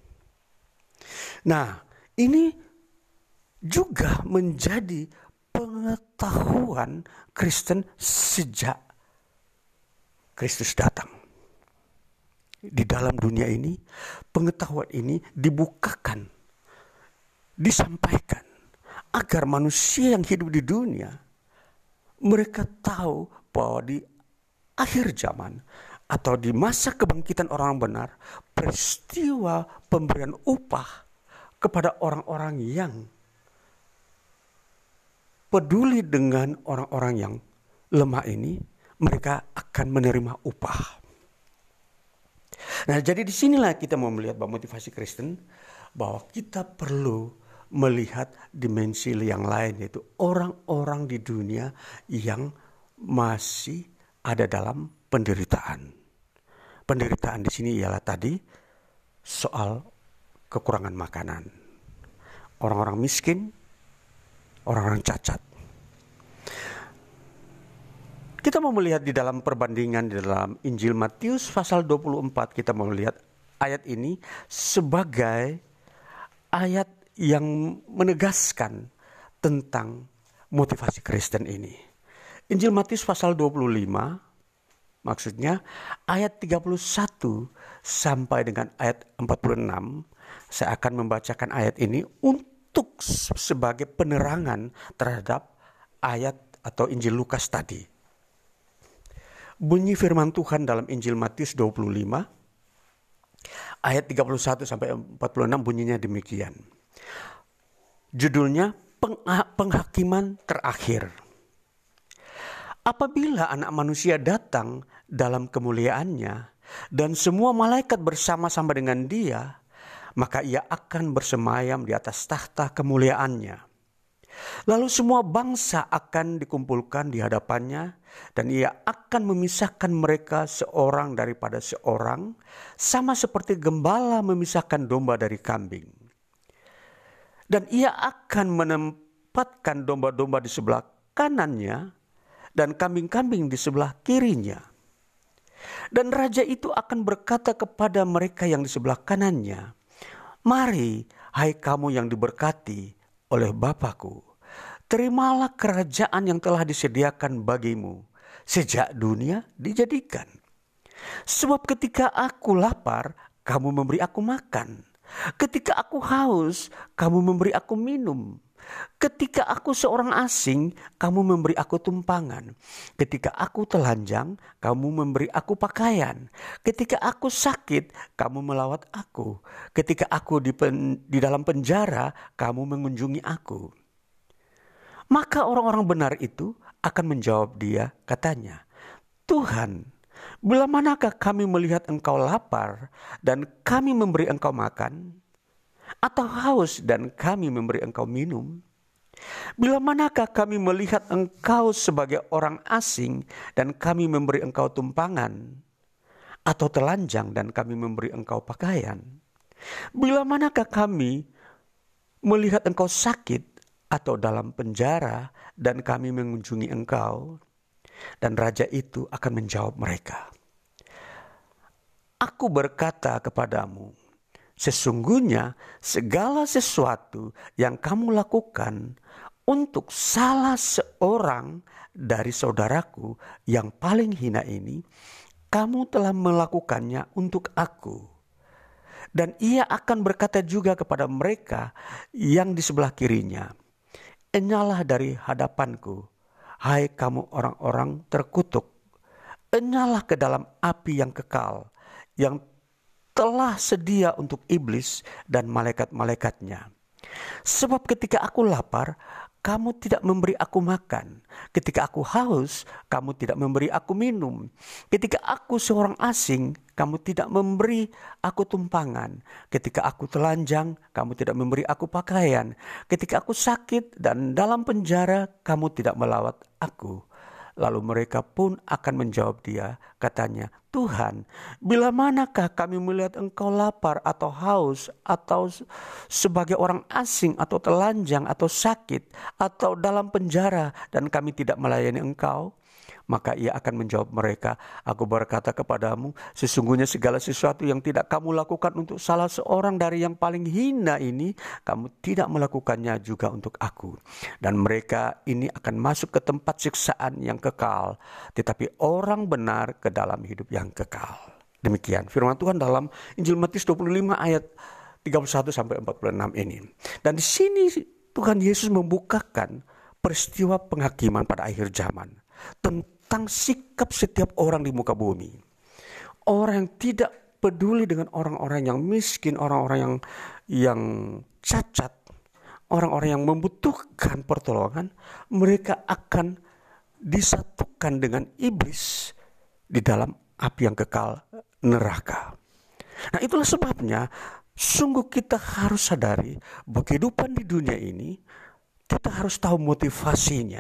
Nah, ini juga menjadi pengetahuan Kristen sejak Kristus datang. Di dalam dunia ini, pengetahuan ini dibukakan, disampaikan agar manusia yang hidup di dunia mereka tahu bahwa di akhir zaman atau di masa kebangkitan orang benar, peristiwa pemberian upah kepada orang-orang yang peduli dengan orang-orang yang lemah ini, mereka akan menerima upah. Nah, jadi disinilah kita mau melihat bahwa motivasi Kristen bahwa kita perlu melihat dimensi yang lain, yaitu orang-orang di dunia yang masih ada dalam penderitaan. Penderitaan di sini ialah tadi soal kekurangan makanan. Orang-orang miskin, orang-orang cacat. Kita mau melihat di dalam perbandingan di dalam Injil Matius pasal 24, kita mau melihat ayat ini sebagai ayat yang menegaskan tentang motivasi Kristen ini. Injil Matius pasal 25, maksudnya ayat 31 sampai dengan ayat 46, saya akan membacakan ayat ini untuk sebagai penerangan terhadap ayat atau Injil Lukas tadi. Bunyi firman Tuhan dalam Injil Matius 25, ayat 31 sampai 46 bunyinya demikian. Judulnya penghakiman terakhir. Apabila Anak Manusia datang dalam kemuliaannya dan semua malaikat bersama-sama dengan Dia, maka Ia akan bersemayam di atas tahta kemuliaannya. Lalu semua bangsa akan dikumpulkan di hadapannya dan Ia akan memisahkan mereka seorang daripada seorang, sama seperti gembala memisahkan domba dari kambing. Dan Ia akan menempatkan domba-domba di sebelah kanannya dan kambing-kambing di sebelah kirinya. Dan raja itu akan berkata kepada mereka yang di sebelah kanannya, "Mari, hai kamu yang diberkati oleh Bapa-Ku, terimalah kerajaan yang telah disediakan bagimu sejak dunia dijadikan. Sebab ketika aku lapar, kamu memberi aku makan. Ketika aku haus, kamu memberi aku minum. Ketika aku seorang asing, kamu memberi aku tumpangan. Ketika aku telanjang, kamu memberi aku pakaian. Ketika aku sakit, kamu melawat aku. Ketika aku di dalam penjara, kamu mengunjungi aku." Maka orang-orang benar itu akan menjawab dia, katanya, Tuhan, bila manakah kami melihat engkau lapar dan kami memberi engkau makan? Atau haus dan kami memberi engkau minum? Bila manakah kami melihat engkau sebagai orang asing dan kami memberi engkau tumpangan? Atau telanjang dan kami memberi engkau pakaian? Bila manakah kami melihat engkau sakit atau dalam penjara dan kami mengunjungi engkau? Dan raja itu akan menjawab mereka, Aku berkata kepadamu, sesungguhnya segala sesuatu yang kamu lakukan untuk salah seorang dari saudaraku yang paling hina ini, kamu telah melakukannya untuk aku. Dan ia akan berkata juga kepada mereka yang di sebelah kirinya, Enyalah dari hadapanku, hai kamu orang-orang terkutuk, enyalah ke dalam api yang kekal, yang telah sedia untuk iblis dan malaikat-malaikatnya. Sebab ketika aku lapar, kamu tidak memberi aku makan. Ketika aku haus, kamu tidak memberi aku minum. Ketika aku seorang asing, kamu tidak memberi aku tumpangan. Ketika aku telanjang, kamu tidak memberi aku pakaian. Ketika aku sakit dan dalam penjara, kamu tidak melawat aku. Lalu mereka pun akan menjawab dia, katanya, Tuhan, bila manakah kami melihat engkau lapar atau haus, atau sebagai orang asing, atau telanjang, atau sakit, atau dalam penjara, dan kami tidak melayani engkau? Maka ia akan menjawab mereka, Aku berkata kepadamu, sesungguhnya segala sesuatu yang tidak kamu lakukan untuk salah seorang dari yang paling hina ini, kamu tidak melakukannya juga untuk aku. Dan mereka ini akan masuk ke tempat siksaan yang kekal, tetapi orang benar ke dalam hidup yang kekal. Demikian firman Tuhan dalam Injil Matius 25 ayat 31 sampai 46 ini. Dan di sini Tuhan Yesus membukakan peristiwa penghakiman pada akhir zaman tentang sikap setiap orang di muka bumi. Orang yang tidak peduli dengan orang-orang yang miskin, orang-orang yang cacat, orang-orang yang membutuhkan pertolongan, mereka akan disatukan dengan iblis di dalam api yang kekal neraka. Nah, itulah sebabnya sungguh kita harus sadari bahwa kehidupan di dunia ini kita harus tahu motivasinya.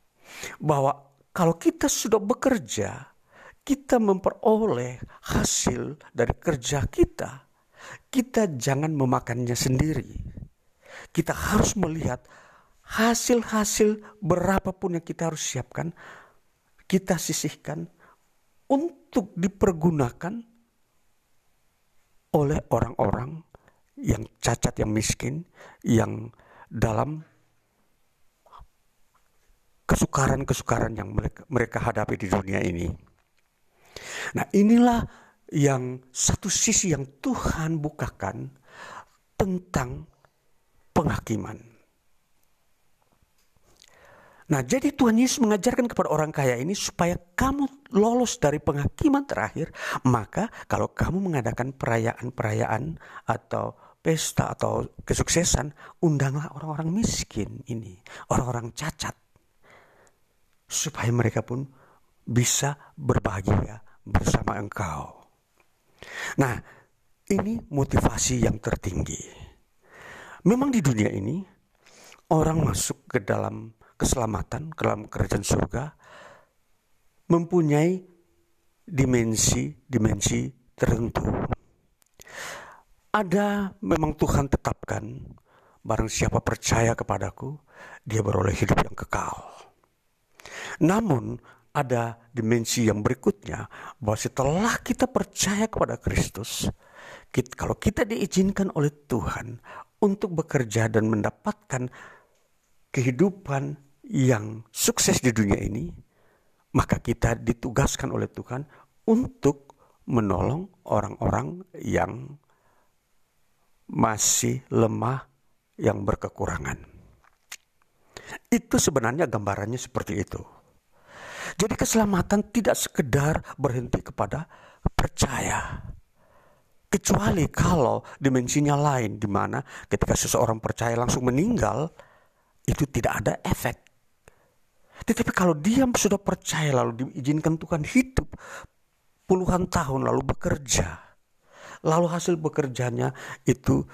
Bahwa kalau kita sudah bekerja, kita memperoleh hasil dari kerja kita, kita jangan memakannya sendiri. Kita harus melihat hasil-hasil berapapun yang kita harus siapkan, kita sisihkan untuk dipergunakan oleh orang-orang yang cacat, yang miskin, yang dalam kesukaran-kesukaran yang mereka hadapi di dunia ini. Nah, inilah yang satu sisi yang Tuhan bukakan tentang penghakiman. Nah, jadi Tuhan Yesus mengajarkan kepada orang kaya ini supaya kamu lolos dari penghakiman terakhir. Maka kalau kamu mengadakan perayaan-perayaan atau pesta atau kesuksesan, undanglah orang-orang miskin ini, orang-orang cacat, supaya mereka pun bisa berbahagia bersama engkau. Nah, ini motivasi yang tertinggi. Memang di dunia ini, orang masuk ke dalam keselamatan, ke dalam kerajaan surga, mempunyai dimensi tertentu. Ada memang Tuhan tetapkan, barang siapa percaya kepadaku, dia beroleh hidup yang kekal. Namun ada dimensi yang berikutnya, bahwa setelah kita percaya kepada Kristus, kalau kita diizinkan oleh Tuhan untuk bekerja dan mendapatkan kehidupan yang sukses di dunia ini, maka kita ditugaskan oleh Tuhan untuk menolong orang-orang yang masih lemah, yang berkekurangan. Itu sebenarnya gambarannya seperti itu. Jadi keselamatan tidak sekedar berhenti kepada percaya. Kecuali kalau dimensinya lain, di mana ketika seseorang percaya langsung meninggal, itu tidak ada efek Tetapi kalau dia sudah percaya lalu diizinkan Tuhan hidup puluhan tahun lalu bekerja, lalu hasil bekerjanya itu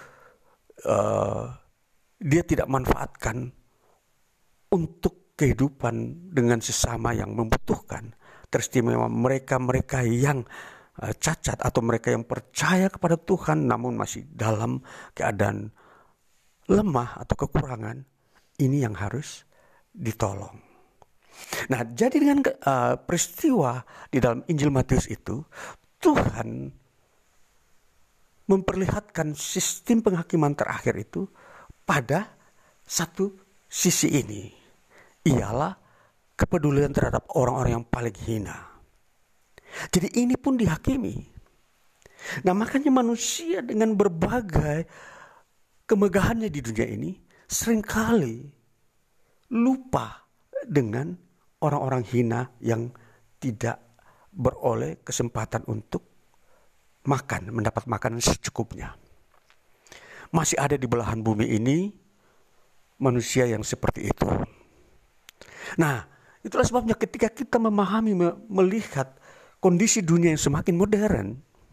dia tidak manfaatkan untuk kehidupan dengan sesama yang membutuhkan. Teristimewa mereka yang cacat atau mereka yang percaya kepada Tuhan namun masih dalam keadaan lemah atau kekurangan, ini yang harus ditolong. Nah, jadi dengan peristiwa di dalam Injil Matius itu, Tuhan memperlihatkan sistem penghakiman terakhir itu pada satu sisi ini, ialah kepedulian terhadap orang-orang yang paling hina. Jadi ini pun dihakimi. Nah, makanya manusia dengan berbagai kemegahannya di dunia ini seringkali lupa dengan orang-orang hina yang tidak beroleh kesempatan untuk mendapat makanan secukupnya. Masih ada di belahan bumi ini manusia yang seperti itu. Nah, itulah sebabnya ketika kita memahami, melihat kondisi dunia yang semakin modern,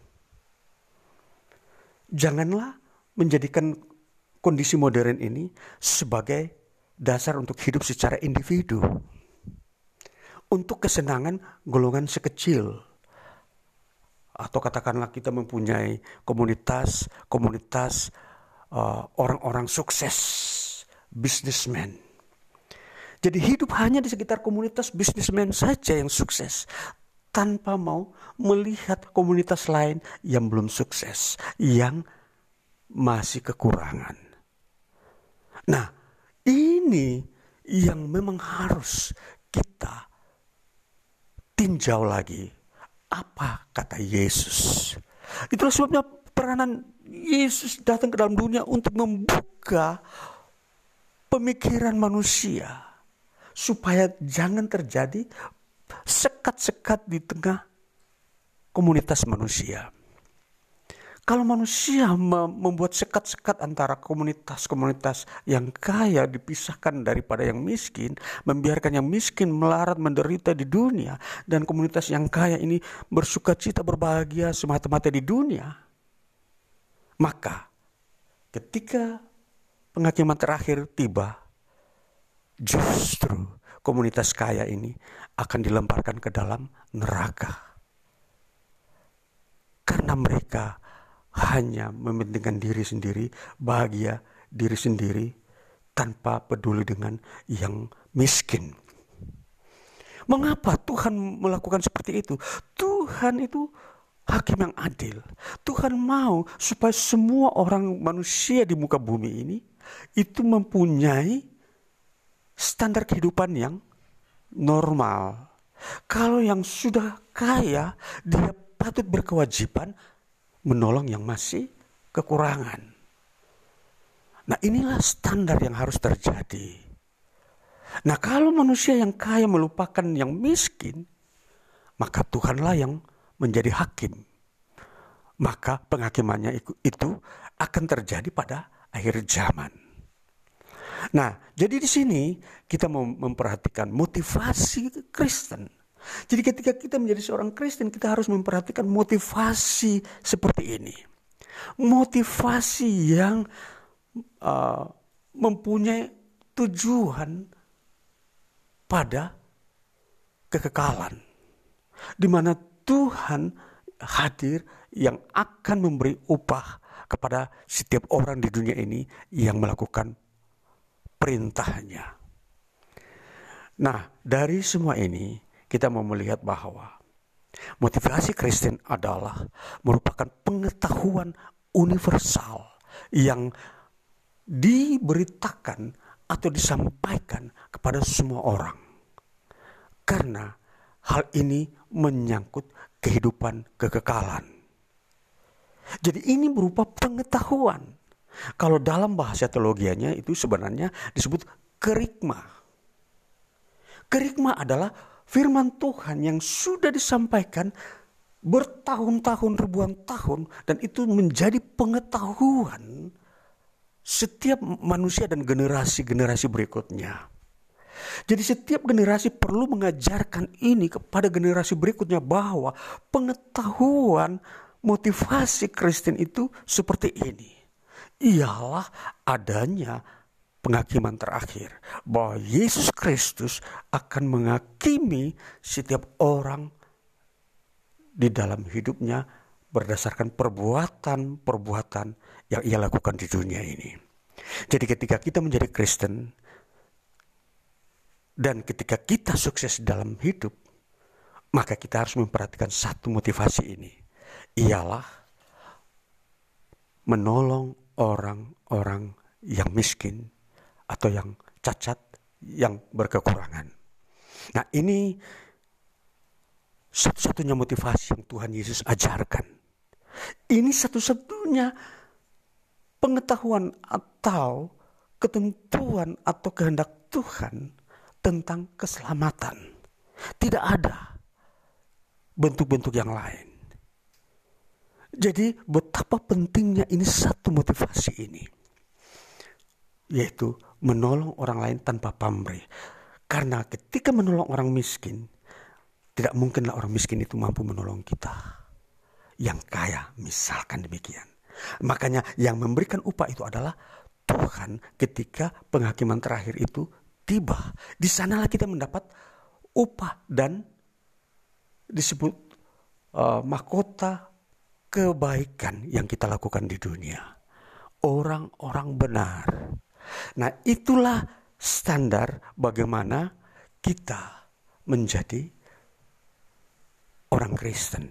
janganlah menjadikan kondisi modern ini sebagai dasar untuk hidup secara individu, untuk kesenangan golongan sekecil, atau katakanlah kita mempunyai komunitas orang-orang sukses, businessman. Jadi hidup hanya di sekitar komunitas businessman saja yang sukses, tanpa mau melihat komunitas lain yang belum sukses, yang masih kekurangan. Nah, ini yang memang harus kita tinjau lagi. Apa kata Yesus? Itulah sebabnya peranan Yesus datang ke dalam dunia untuk membuka pemikiran manusia, supaya jangan terjadi sekat-sekat di tengah komunitas manusia. Kalau manusia membuat sekat-sekat antara komunitas-komunitas yang kaya dipisahkan daripada yang miskin, membiarkan yang miskin melarat menderita di dunia, dan komunitas yang kaya ini bersukacita berbahagia semata-mata di dunia, maka ketika penghakiman terakhir tiba, justru komunitas kaya ini akan dilemparkan ke dalam neraka. Karena mereka hanya mementingkan diri sendiri, bahagia diri sendiri, tanpa peduli dengan yang miskin. Mengapa Tuhan melakukan seperti itu? Tuhan itu hakim yang adil. Tuhan mau supaya semua orang manusia di muka bumi ini itu mempunyai standar kehidupan yang normal. Kalau yang sudah kaya, dia patut berkewajiban menolong yang masih kekurangan. Nah, inilah standar yang harus terjadi. Nah, kalau manusia yang kaya melupakan yang miskin, maka Tuhanlah yang menjadi hakim. Maka penghakimannya itu akan terjadi pada akhir zaman. Nah, jadi di sini kita mau memperhatikan motivasi Kristen. Jadi ketika kita menjadi seorang Kristen, kita harus memperhatikan motivasi seperti ini. Motivasi yang mempunyai tujuan pada kekekalan, di mana Tuhan hadir yang akan memberi upah kepada setiap orang di dunia ini yang melakukan perintahnya. Nah, dari semua ini kita mau melihat bahwa motivasi Kristen adalah merupakan pengetahuan universal yang diberitakan atau disampaikan kepada semua orang. Karena hal ini menyangkut kehidupan kekekalan. Jadi ini berupa pengetahuan. Kalau dalam bahasa teologianya itu sebenarnya disebut kerigma. Kerigma adalah firman Tuhan yang sudah disampaikan bertahun-tahun, ribuan tahun, dan itu menjadi pengetahuan setiap manusia dan generasi-generasi berikutnya. Jadi setiap generasi perlu mengajarkan ini kepada generasi berikutnya, bahwa pengetahuan motivasi Kristen itu seperti ini. Ialah adanya penghakiman terakhir, bahwa Yesus Kristus akan menghakimi setiap orang di dalam hidupnya berdasarkan perbuatan-perbuatan yang ia lakukan di dunia ini. Jadi ketika kita menjadi Kristen dan ketika kita sukses dalam hidup, maka kita harus memperhatikan satu motivasi ini, ialah menolong orang-orang yang miskin atau yang cacat, yang berkekurangan. Nah, ini satu-satunya motivasi yang Tuhan Yesus ajarkan. Ini satu-satunya pengetahuan atau ketentuan atau kehendak Tuhan tentang keselamatan. Tidak ada bentuk-bentuk yang lain. Jadi betapa pentingnya ini satu motivasi ini, yaitu menolong orang lain tanpa pamrih. Karena ketika menolong orang miskin, tidak mungkinlah orang miskin itu mampu menolong kita yang kaya, misalkan demikian. Makanya yang memberikan upah itu adalah Tuhan ketika penghakiman terakhir itu tiba. Di sanalah kita mendapat upah dan disebut mahkota kebaikan yang kita lakukan di dunia. Orang-orang benar. Nah, itulah standar bagaimana kita menjadi orang Kristen.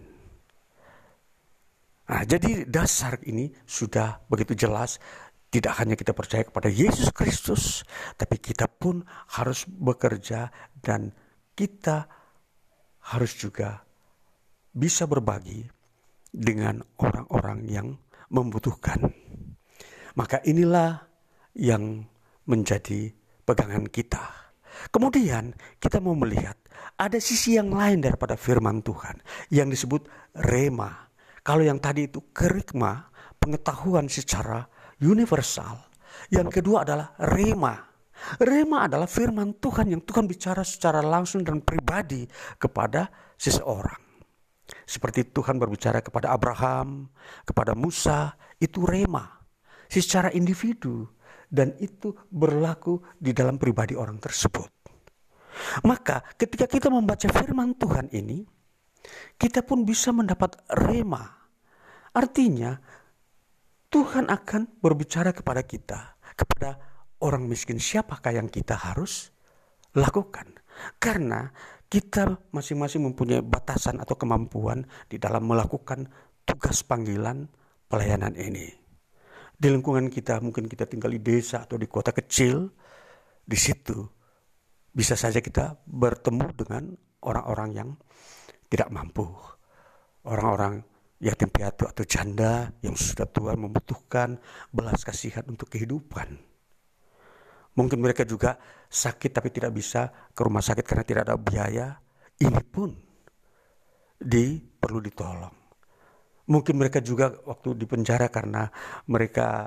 Nah, jadi dasar ini sudah begitu jelas. Tidak hanya kita percaya kepada Yesus Kristus, tapi kita pun harus bekerja dan kita harus juga bisa berbagi dengan orang-orang yang membutuhkan. Maka inilah yang menjadi pegangan kita. Kemudian kita mau melihat ada sisi yang lain daripada firman Tuhan yang disebut rema. Kalau yang tadi itu kerikma, pengetahuan secara universal. Yang kedua adalah rema. Rema adalah firman Tuhan yang Tuhan bicara secara langsung dan pribadi kepada seseorang. Seperti Tuhan berbicara kepada Abraham, kepada Musa, itu rema. Secara individu. Dan itu berlaku di dalam pribadi orang tersebut. Maka ketika kita membaca firman Tuhan ini, kita pun bisa mendapat rema. Artinya Tuhan akan berbicara kepada kita, kepada orang miskin, siapakah yang kita harus lakukan. Karena kita masing-masing mempunyai batasan atau kemampuan di dalam melakukan tugas panggilan pelayanan ini. Di lingkungan kita, mungkin kita tinggal di desa atau di kota kecil, di situ bisa saja kita bertemu dengan orang-orang yang tidak mampu. Orang-orang yatim piatu atau janda yang sudah tua membutuhkan belas kasihan untuk kehidupan. Mungkin mereka juga sakit tapi tidak bisa ke rumah sakit karena tidak ada biaya. Ini pun perlu ditolong. Mungkin mereka juga waktu di penjara karena mereka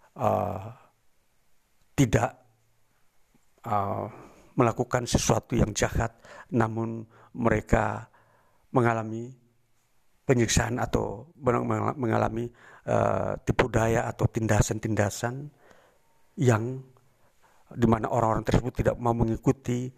tidak melakukan sesuatu yang jahat, namun mereka mengalami penyiksaan atau mengalami tipu daya atau tindasan-tindasan yang dimana orang-orang tersebut tidak mau mengikuti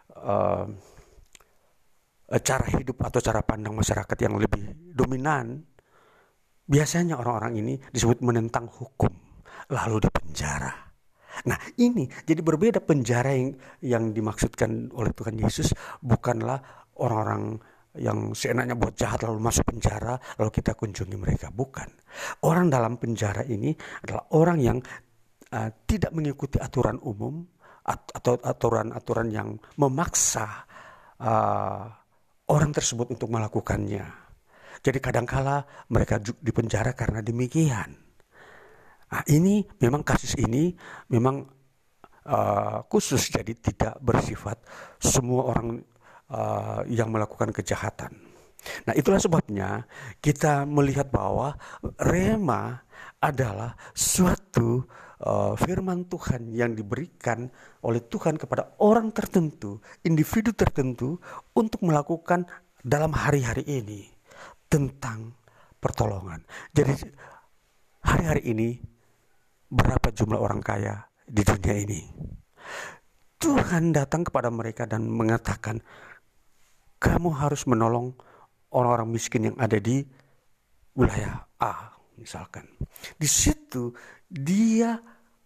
cara hidup atau cara pandang masyarakat yang lebih dominan. Biasanya orang-orang ini disebut menentang hukum, lalu dipenjara. Nah, ini jadi berbeda. Penjara yang dimaksudkan oleh Tuhan Yesus bukanlah orang-orang yang seenaknya buat jahat lalu masuk penjara lalu kita kunjungi mereka. Bukan. Orang dalam penjara ini adalah orang yang tidak mengikuti aturan umum atau aturan-aturan yang memaksa orang tersebut untuk melakukannya. Jadi kadangkala mereka dipenjara karena demikian. Nah, ini memang kasus ini memang khusus, jadi tidak bersifat semua orang yang melakukan kejahatan. Nah, itulah sebabnya kita melihat bahwa rema adalah suatu firman Tuhan yang diberikan oleh Tuhan kepada orang tertentu, individu tertentu untuk melakukan dalam hari-hari ini tentang pertolongan. Jadi hari-hari ini berapa jumlah orang kaya di dunia ini? Tuhan datang kepada mereka dan mengatakan, kamu harus menolong orang-orang miskin yang ada di wilayah A misalkan. Di situ dia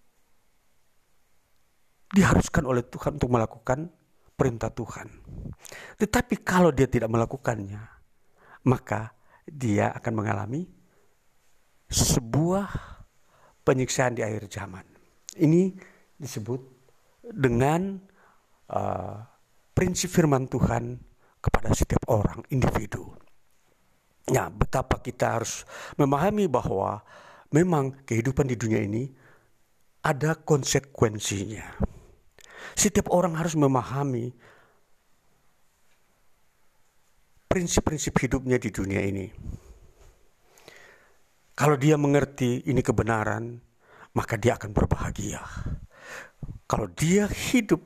diharuskan oleh Tuhan untuk melakukan perintah Tuhan. Tetapi kalau dia tidak melakukannya, maka dia akan mengalami sebuah penyiksaan di akhir zaman. Ini disebut dengan prinsip firman Tuhan kepada setiap orang, individu. Nah, betapa kita harus memahami bahwa memang kehidupan di dunia ini ada konsekuensinya. Setiap orang harus memahami prinsip-prinsip hidupnya di dunia ini. Kalau dia mengerti ini kebenaran, maka dia akan berbahagia. Kalau dia hidup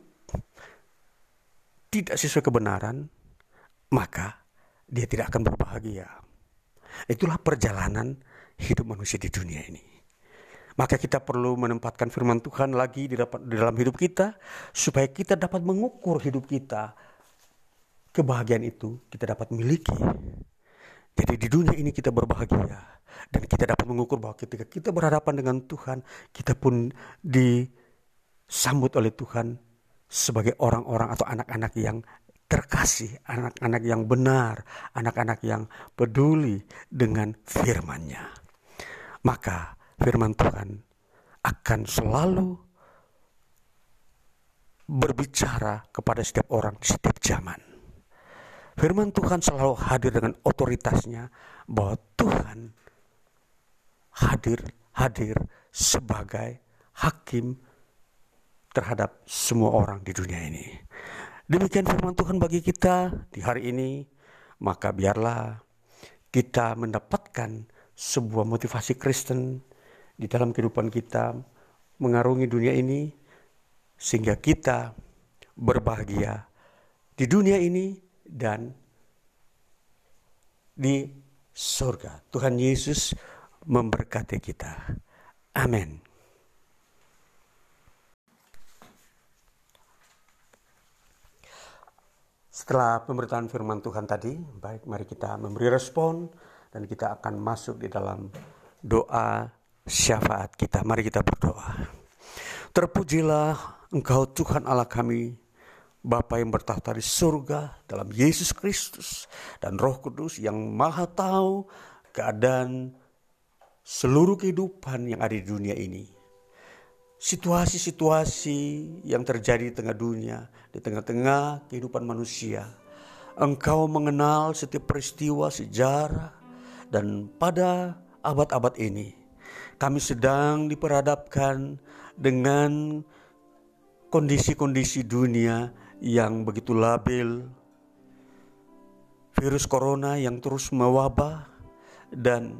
tidak sesuai kebenaran, maka dia tidak akan berbahagia. Itulah perjalanan hidup manusia di dunia ini. Maka kita perlu menempatkan firman Tuhan lagi di dalam hidup kita, supaya kita dapat mengukur hidup kita. Kebahagiaan itu kita dapat miliki. Jadi di dunia ini kita berbahagia, dan kita dapat mengukur bahwa ketika kita berhadapan dengan Tuhan, kita pun disambut oleh Tuhan sebagai orang-orang atau anak-anak yang terkasih, anak-anak yang benar, anak-anak yang peduli dengan firman-Nya. Maka firman Tuhan akan selalu berbicara kepada setiap orang di setiap zaman. Firman Tuhan selalu hadir dengan otoritasnya, bahwa Tuhan hadir sebagai hakim terhadap semua orang di dunia ini. Demikian firman Tuhan bagi kita di hari ini. Maka biarlah kita mendapatkan sebuah motivasi Kristen di dalam kehidupan kita mengarungi dunia ini, sehingga kita berbahagia di dunia ini dan di surga. Tuhan Yesus memberkati kita. Amin. Setelah pemberitaan firman Tuhan tadi, baik, mari kita memberi respon dan kita akan masuk di dalam doa syafaat kita. Mari kita berdoa. Terpujilah Engkau Tuhan Allah kami, Bapa yang bertahta di surga, dalam Yesus Kristus dan Roh Kudus yang Maha tahu keadaan seluruh kehidupan yang ada di dunia ini. Situasi-situasi yang terjadi di tengah dunia, di tengah-tengah kehidupan manusia. Engkau mengenal setiap peristiwa sejarah, dan pada abad-abad ini kami sedang diperhadapkan dengan kondisi-kondisi dunia yang begitu labil. Virus corona yang terus mewabah dan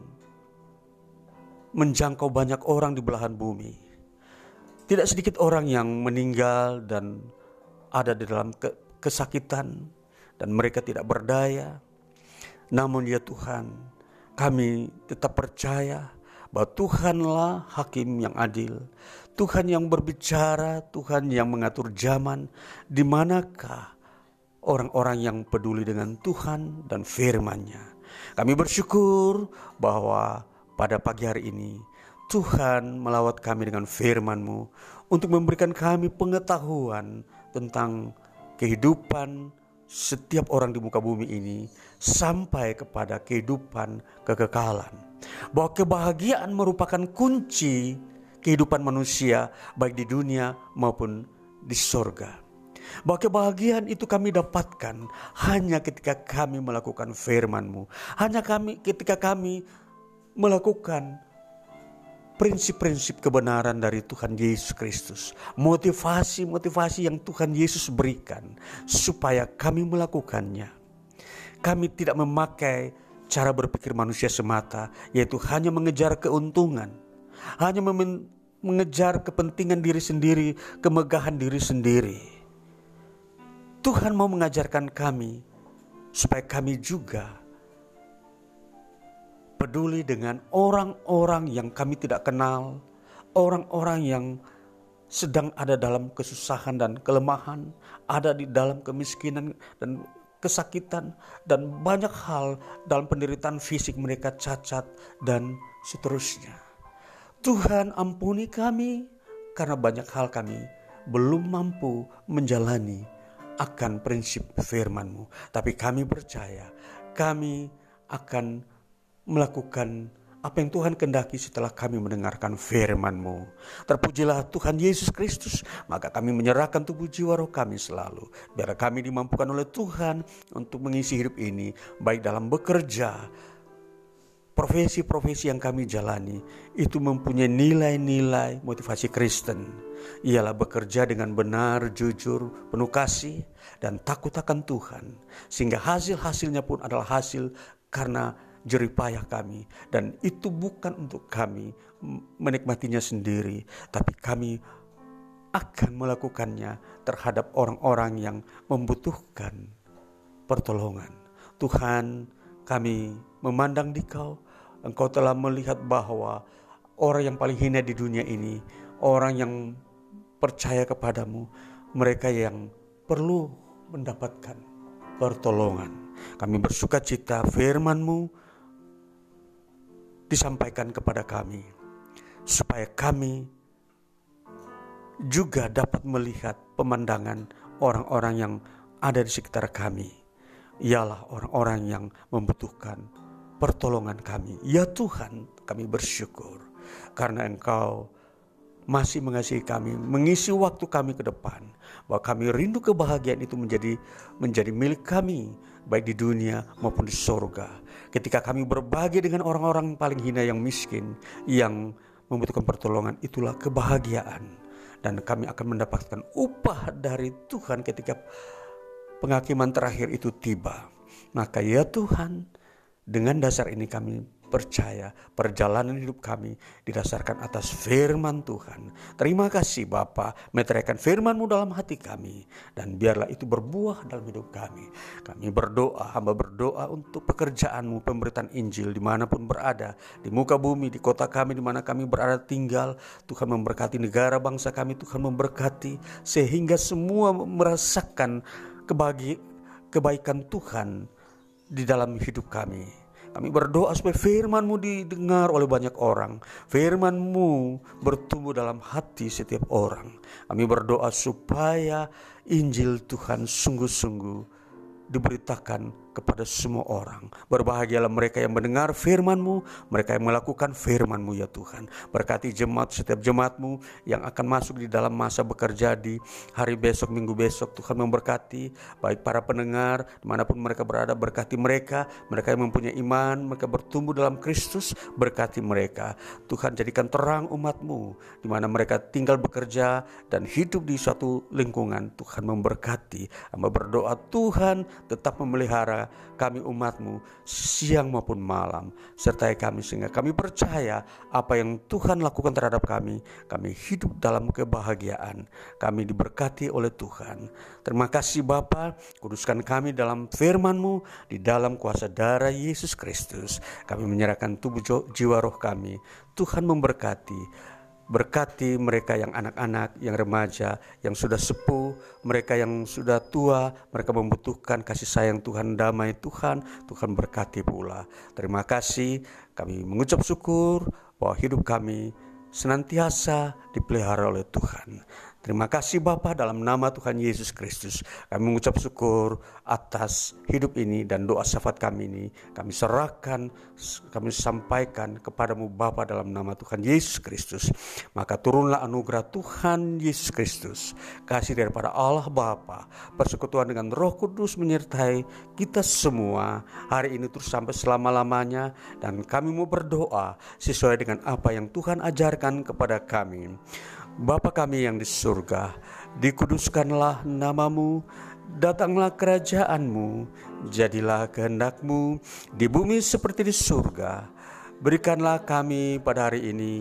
menjangkau banyak orang di belahan bumi. Tidak sedikit orang yang meninggal dan ada di dalam kesakitan, dan mereka tidak berdaya. Namun ya Tuhan, kami tetap percaya bahwa Tuhanlah hakim yang adil. Tuhan yang berbicara, Tuhan yang mengatur zaman. Di manakah orang-orang yang peduli dengan Tuhan dan firman-Nya? Kami bersyukur bahwa pada pagi hari ini Tuhan melawat kami dengan firman-Mu untuk memberikan kami pengetahuan tentang kehidupan setiap orang di muka bumi ini sampai kepada kehidupan kekekalan. Bahwa kebahagiaan merupakan kunci kehidupan manusia baik di dunia maupun di surga. Bahwa kebahagiaan itu kami dapatkan hanya ketika kami melakukan firman-Mu. Hanya ketika kami melakukan prinsip-prinsip kebenaran dari Tuhan Yesus Kristus. Motivasi-motivasi yang Tuhan Yesus berikan supaya kami melakukannya. Kami tidak memakai cara berpikir manusia semata, yaitu hanya mengejar keuntungan, hanya mengejar kepentingan diri sendiri, kemegahan diri sendiri. Tuhan mau mengajarkan kami supaya kami juga peduli dengan orang-orang yang kami tidak kenal, orang-orang yang sedang ada dalam kesusahan dan kelemahan, ada di dalam kemiskinan dan kesakitan, dan banyak hal dalam penderitaan fisik mereka, cacat dan seterusnya. Tuhan, ampuni kami karena banyak hal kami belum mampu menjalani akan prinsip firman-Mu. Tapi kami percaya kami akan melakukan apa yang Tuhan kehendaki setelah kami mendengarkan firman-Mu. Terpujilah Tuhan Yesus Kristus. Maka kami menyerahkan tubuh jiwa roh kami selalu. Biar kami dimampukan oleh Tuhan untuk mengisi hidup ini, baik dalam bekerja, profesi-profesi yang kami jalani, itu mempunyai nilai-nilai motivasi Kristen. Ialah bekerja dengan benar, jujur, penuh kasih, dan takut akan Tuhan. Sehingga hasil-hasilnya pun adalah hasil karena jeripayah kami, dan itu bukan untuk kami menikmatinya sendiri, tapi kami akan melakukannya terhadap orang-orang yang membutuhkan pertolongan. Tuhan, kami memandang Dikau, Engkau telah melihat bahwa orang yang paling hina di dunia ini, orang yang percaya kepadamu, mereka yang perlu mendapatkan pertolongan. Kami bersuka cita firman-Mu disampaikan kepada kami, supaya kami juga dapat melihat pemandangan orang-orang yang ada di sekitar kami. Ialah orang-orang yang membutuhkan pertolongan kami. Ya Tuhan, kami bersyukur karena Engkau masih mengasihi kami, mengisi waktu kami ke depan, bahwa kami rindu kebahagiaan itu menjadi milik kami, baik di dunia maupun di surga. Ketika kami berbagi dengan orang-orang paling hina yang miskin, yang membutuhkan pertolongan, itulah kebahagiaan. Dan kami akan mendapatkan upah dari Tuhan ketika penghakiman terakhir itu tiba. Maka ya Tuhan, dengan dasar ini kami percaya perjalanan hidup kami didasarkan atas firman Tuhan. Terima kasih Bapa, meteraikan firman-Mu dalam hati kami, dan biarlah itu berbuah dalam hidup kami. Kami berdoa, hamba berdoa untuk pekerjaan-Mu, pemberitaan Injil dimanapun berada, di muka bumi, di kota kami, di mana kami berada tinggal. Tuhan memberkati negara bangsa kami, Tuhan memberkati sehingga semua merasakan kebaikan Tuhan di dalam hidup kami. Kami berdoa supaya firman-Mu didengar oleh banyak orang. Firman-Mu bertumbuh dalam hati setiap orang. Kami berdoa supaya Injil Tuhan sungguh-sungguh diberitakan kepada semua orang. Berbahagialah mereka yang mendengar firman-Mu, mereka yang melakukan firman-Mu ya Tuhan. Berkati jemaat, setiap jemaat-Mu yang akan masuk di dalam masa bekerja di hari besok, minggu besok. Tuhan memberkati baik para pendengar dimanapun mereka berada. Berkati mereka yang mempunyai iman, mereka bertumbuh dalam Kristus. Berkati mereka. Tuhan, jadikan terang umat-Mu di mana mereka tinggal bekerja dan hidup di suatu lingkungan. Tuhan memberkati. Hamba berdoa Tuhan tetap memelihara kami umat-Mu siang maupun malam. Sertai kami sehingga kami percaya apa yang Tuhan lakukan terhadap kami hidup dalam kebahagiaan. Kami diberkati oleh Tuhan. Terima kasih Bapa, kuduskan kami dalam firman-Mu, di dalam kuasa darah Yesus Kristus. Kami menyerahkan tubuh jiwa roh kami. Tuhan memberkati. Berkati mereka yang anak-anak, yang remaja, yang sudah sepuh, mereka yang sudah tua, mereka membutuhkan kasih sayang Tuhan, damai Tuhan. Tuhan berkati pula. Terima kasih, kami mengucap syukur bahwa hidup kami senantiasa dipelihara oleh Tuhan. Terima kasih Bapa, dalam nama Tuhan Yesus Kristus kami mengucap syukur atas hidup ini, dan doa syafaat kami ini kami serahkan, kami sampaikan kepadamu Bapa dalam nama Tuhan Yesus Kristus. Maka turunlah anugerah Tuhan Yesus Kristus, kasih daripada Allah Bapa, persekutuan dengan Roh Kudus menyertai kita semua hari ini terus sampai selama-lamanya. Dan kami mau berdoa sesuai dengan apa yang Tuhan ajarkan kepada kami. Bapa kami yang di surga, dikuduskanlah nama-Mu, datanglah kerajaan-Mu, jadilah kehendak-Mu di bumi seperti di surga. Berikanlah kami pada hari ini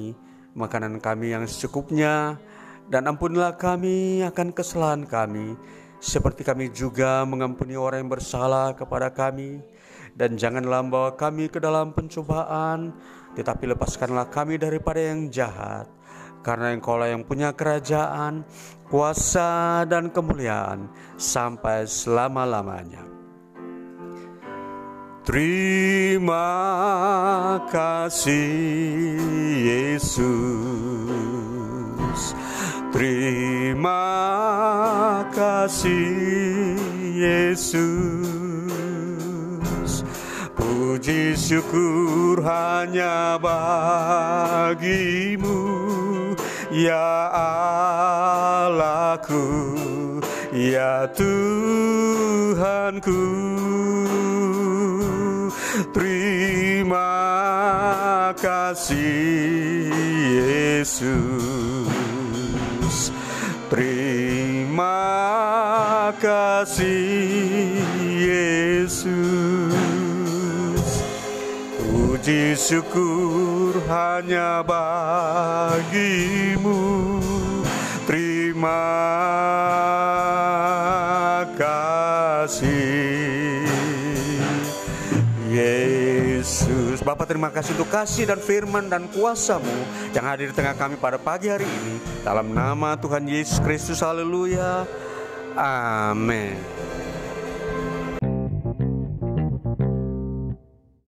makanan kami yang secukupnya, dan ampunilah kami akan kesalahan kami, seperti kami juga mengampuni orang yang bersalah kepada kami. Dan janganlah membawa kami ke dalam pencobaan, tetapi lepaskanlah kami daripada yang jahat. Karena Engkaulah yang punya kerajaan, kuasa, dan kemuliaan sampai selama-lamanya. Terima kasih Yesus, terima kasih Yesus. Puji syukur hanya bagimu, ya Allahku, ya Tuhanku. Terima kasih Yesus, terima kasih Yesus. Puji syukur hanya bagimu, terima kasih Yesus. Bapa, terima kasih untuk kasih dan firman dan kuasa-Mu yang hadir di tengah kami pada pagi hari ini. Dalam nama Tuhan Yesus Kristus, haleluya, amin.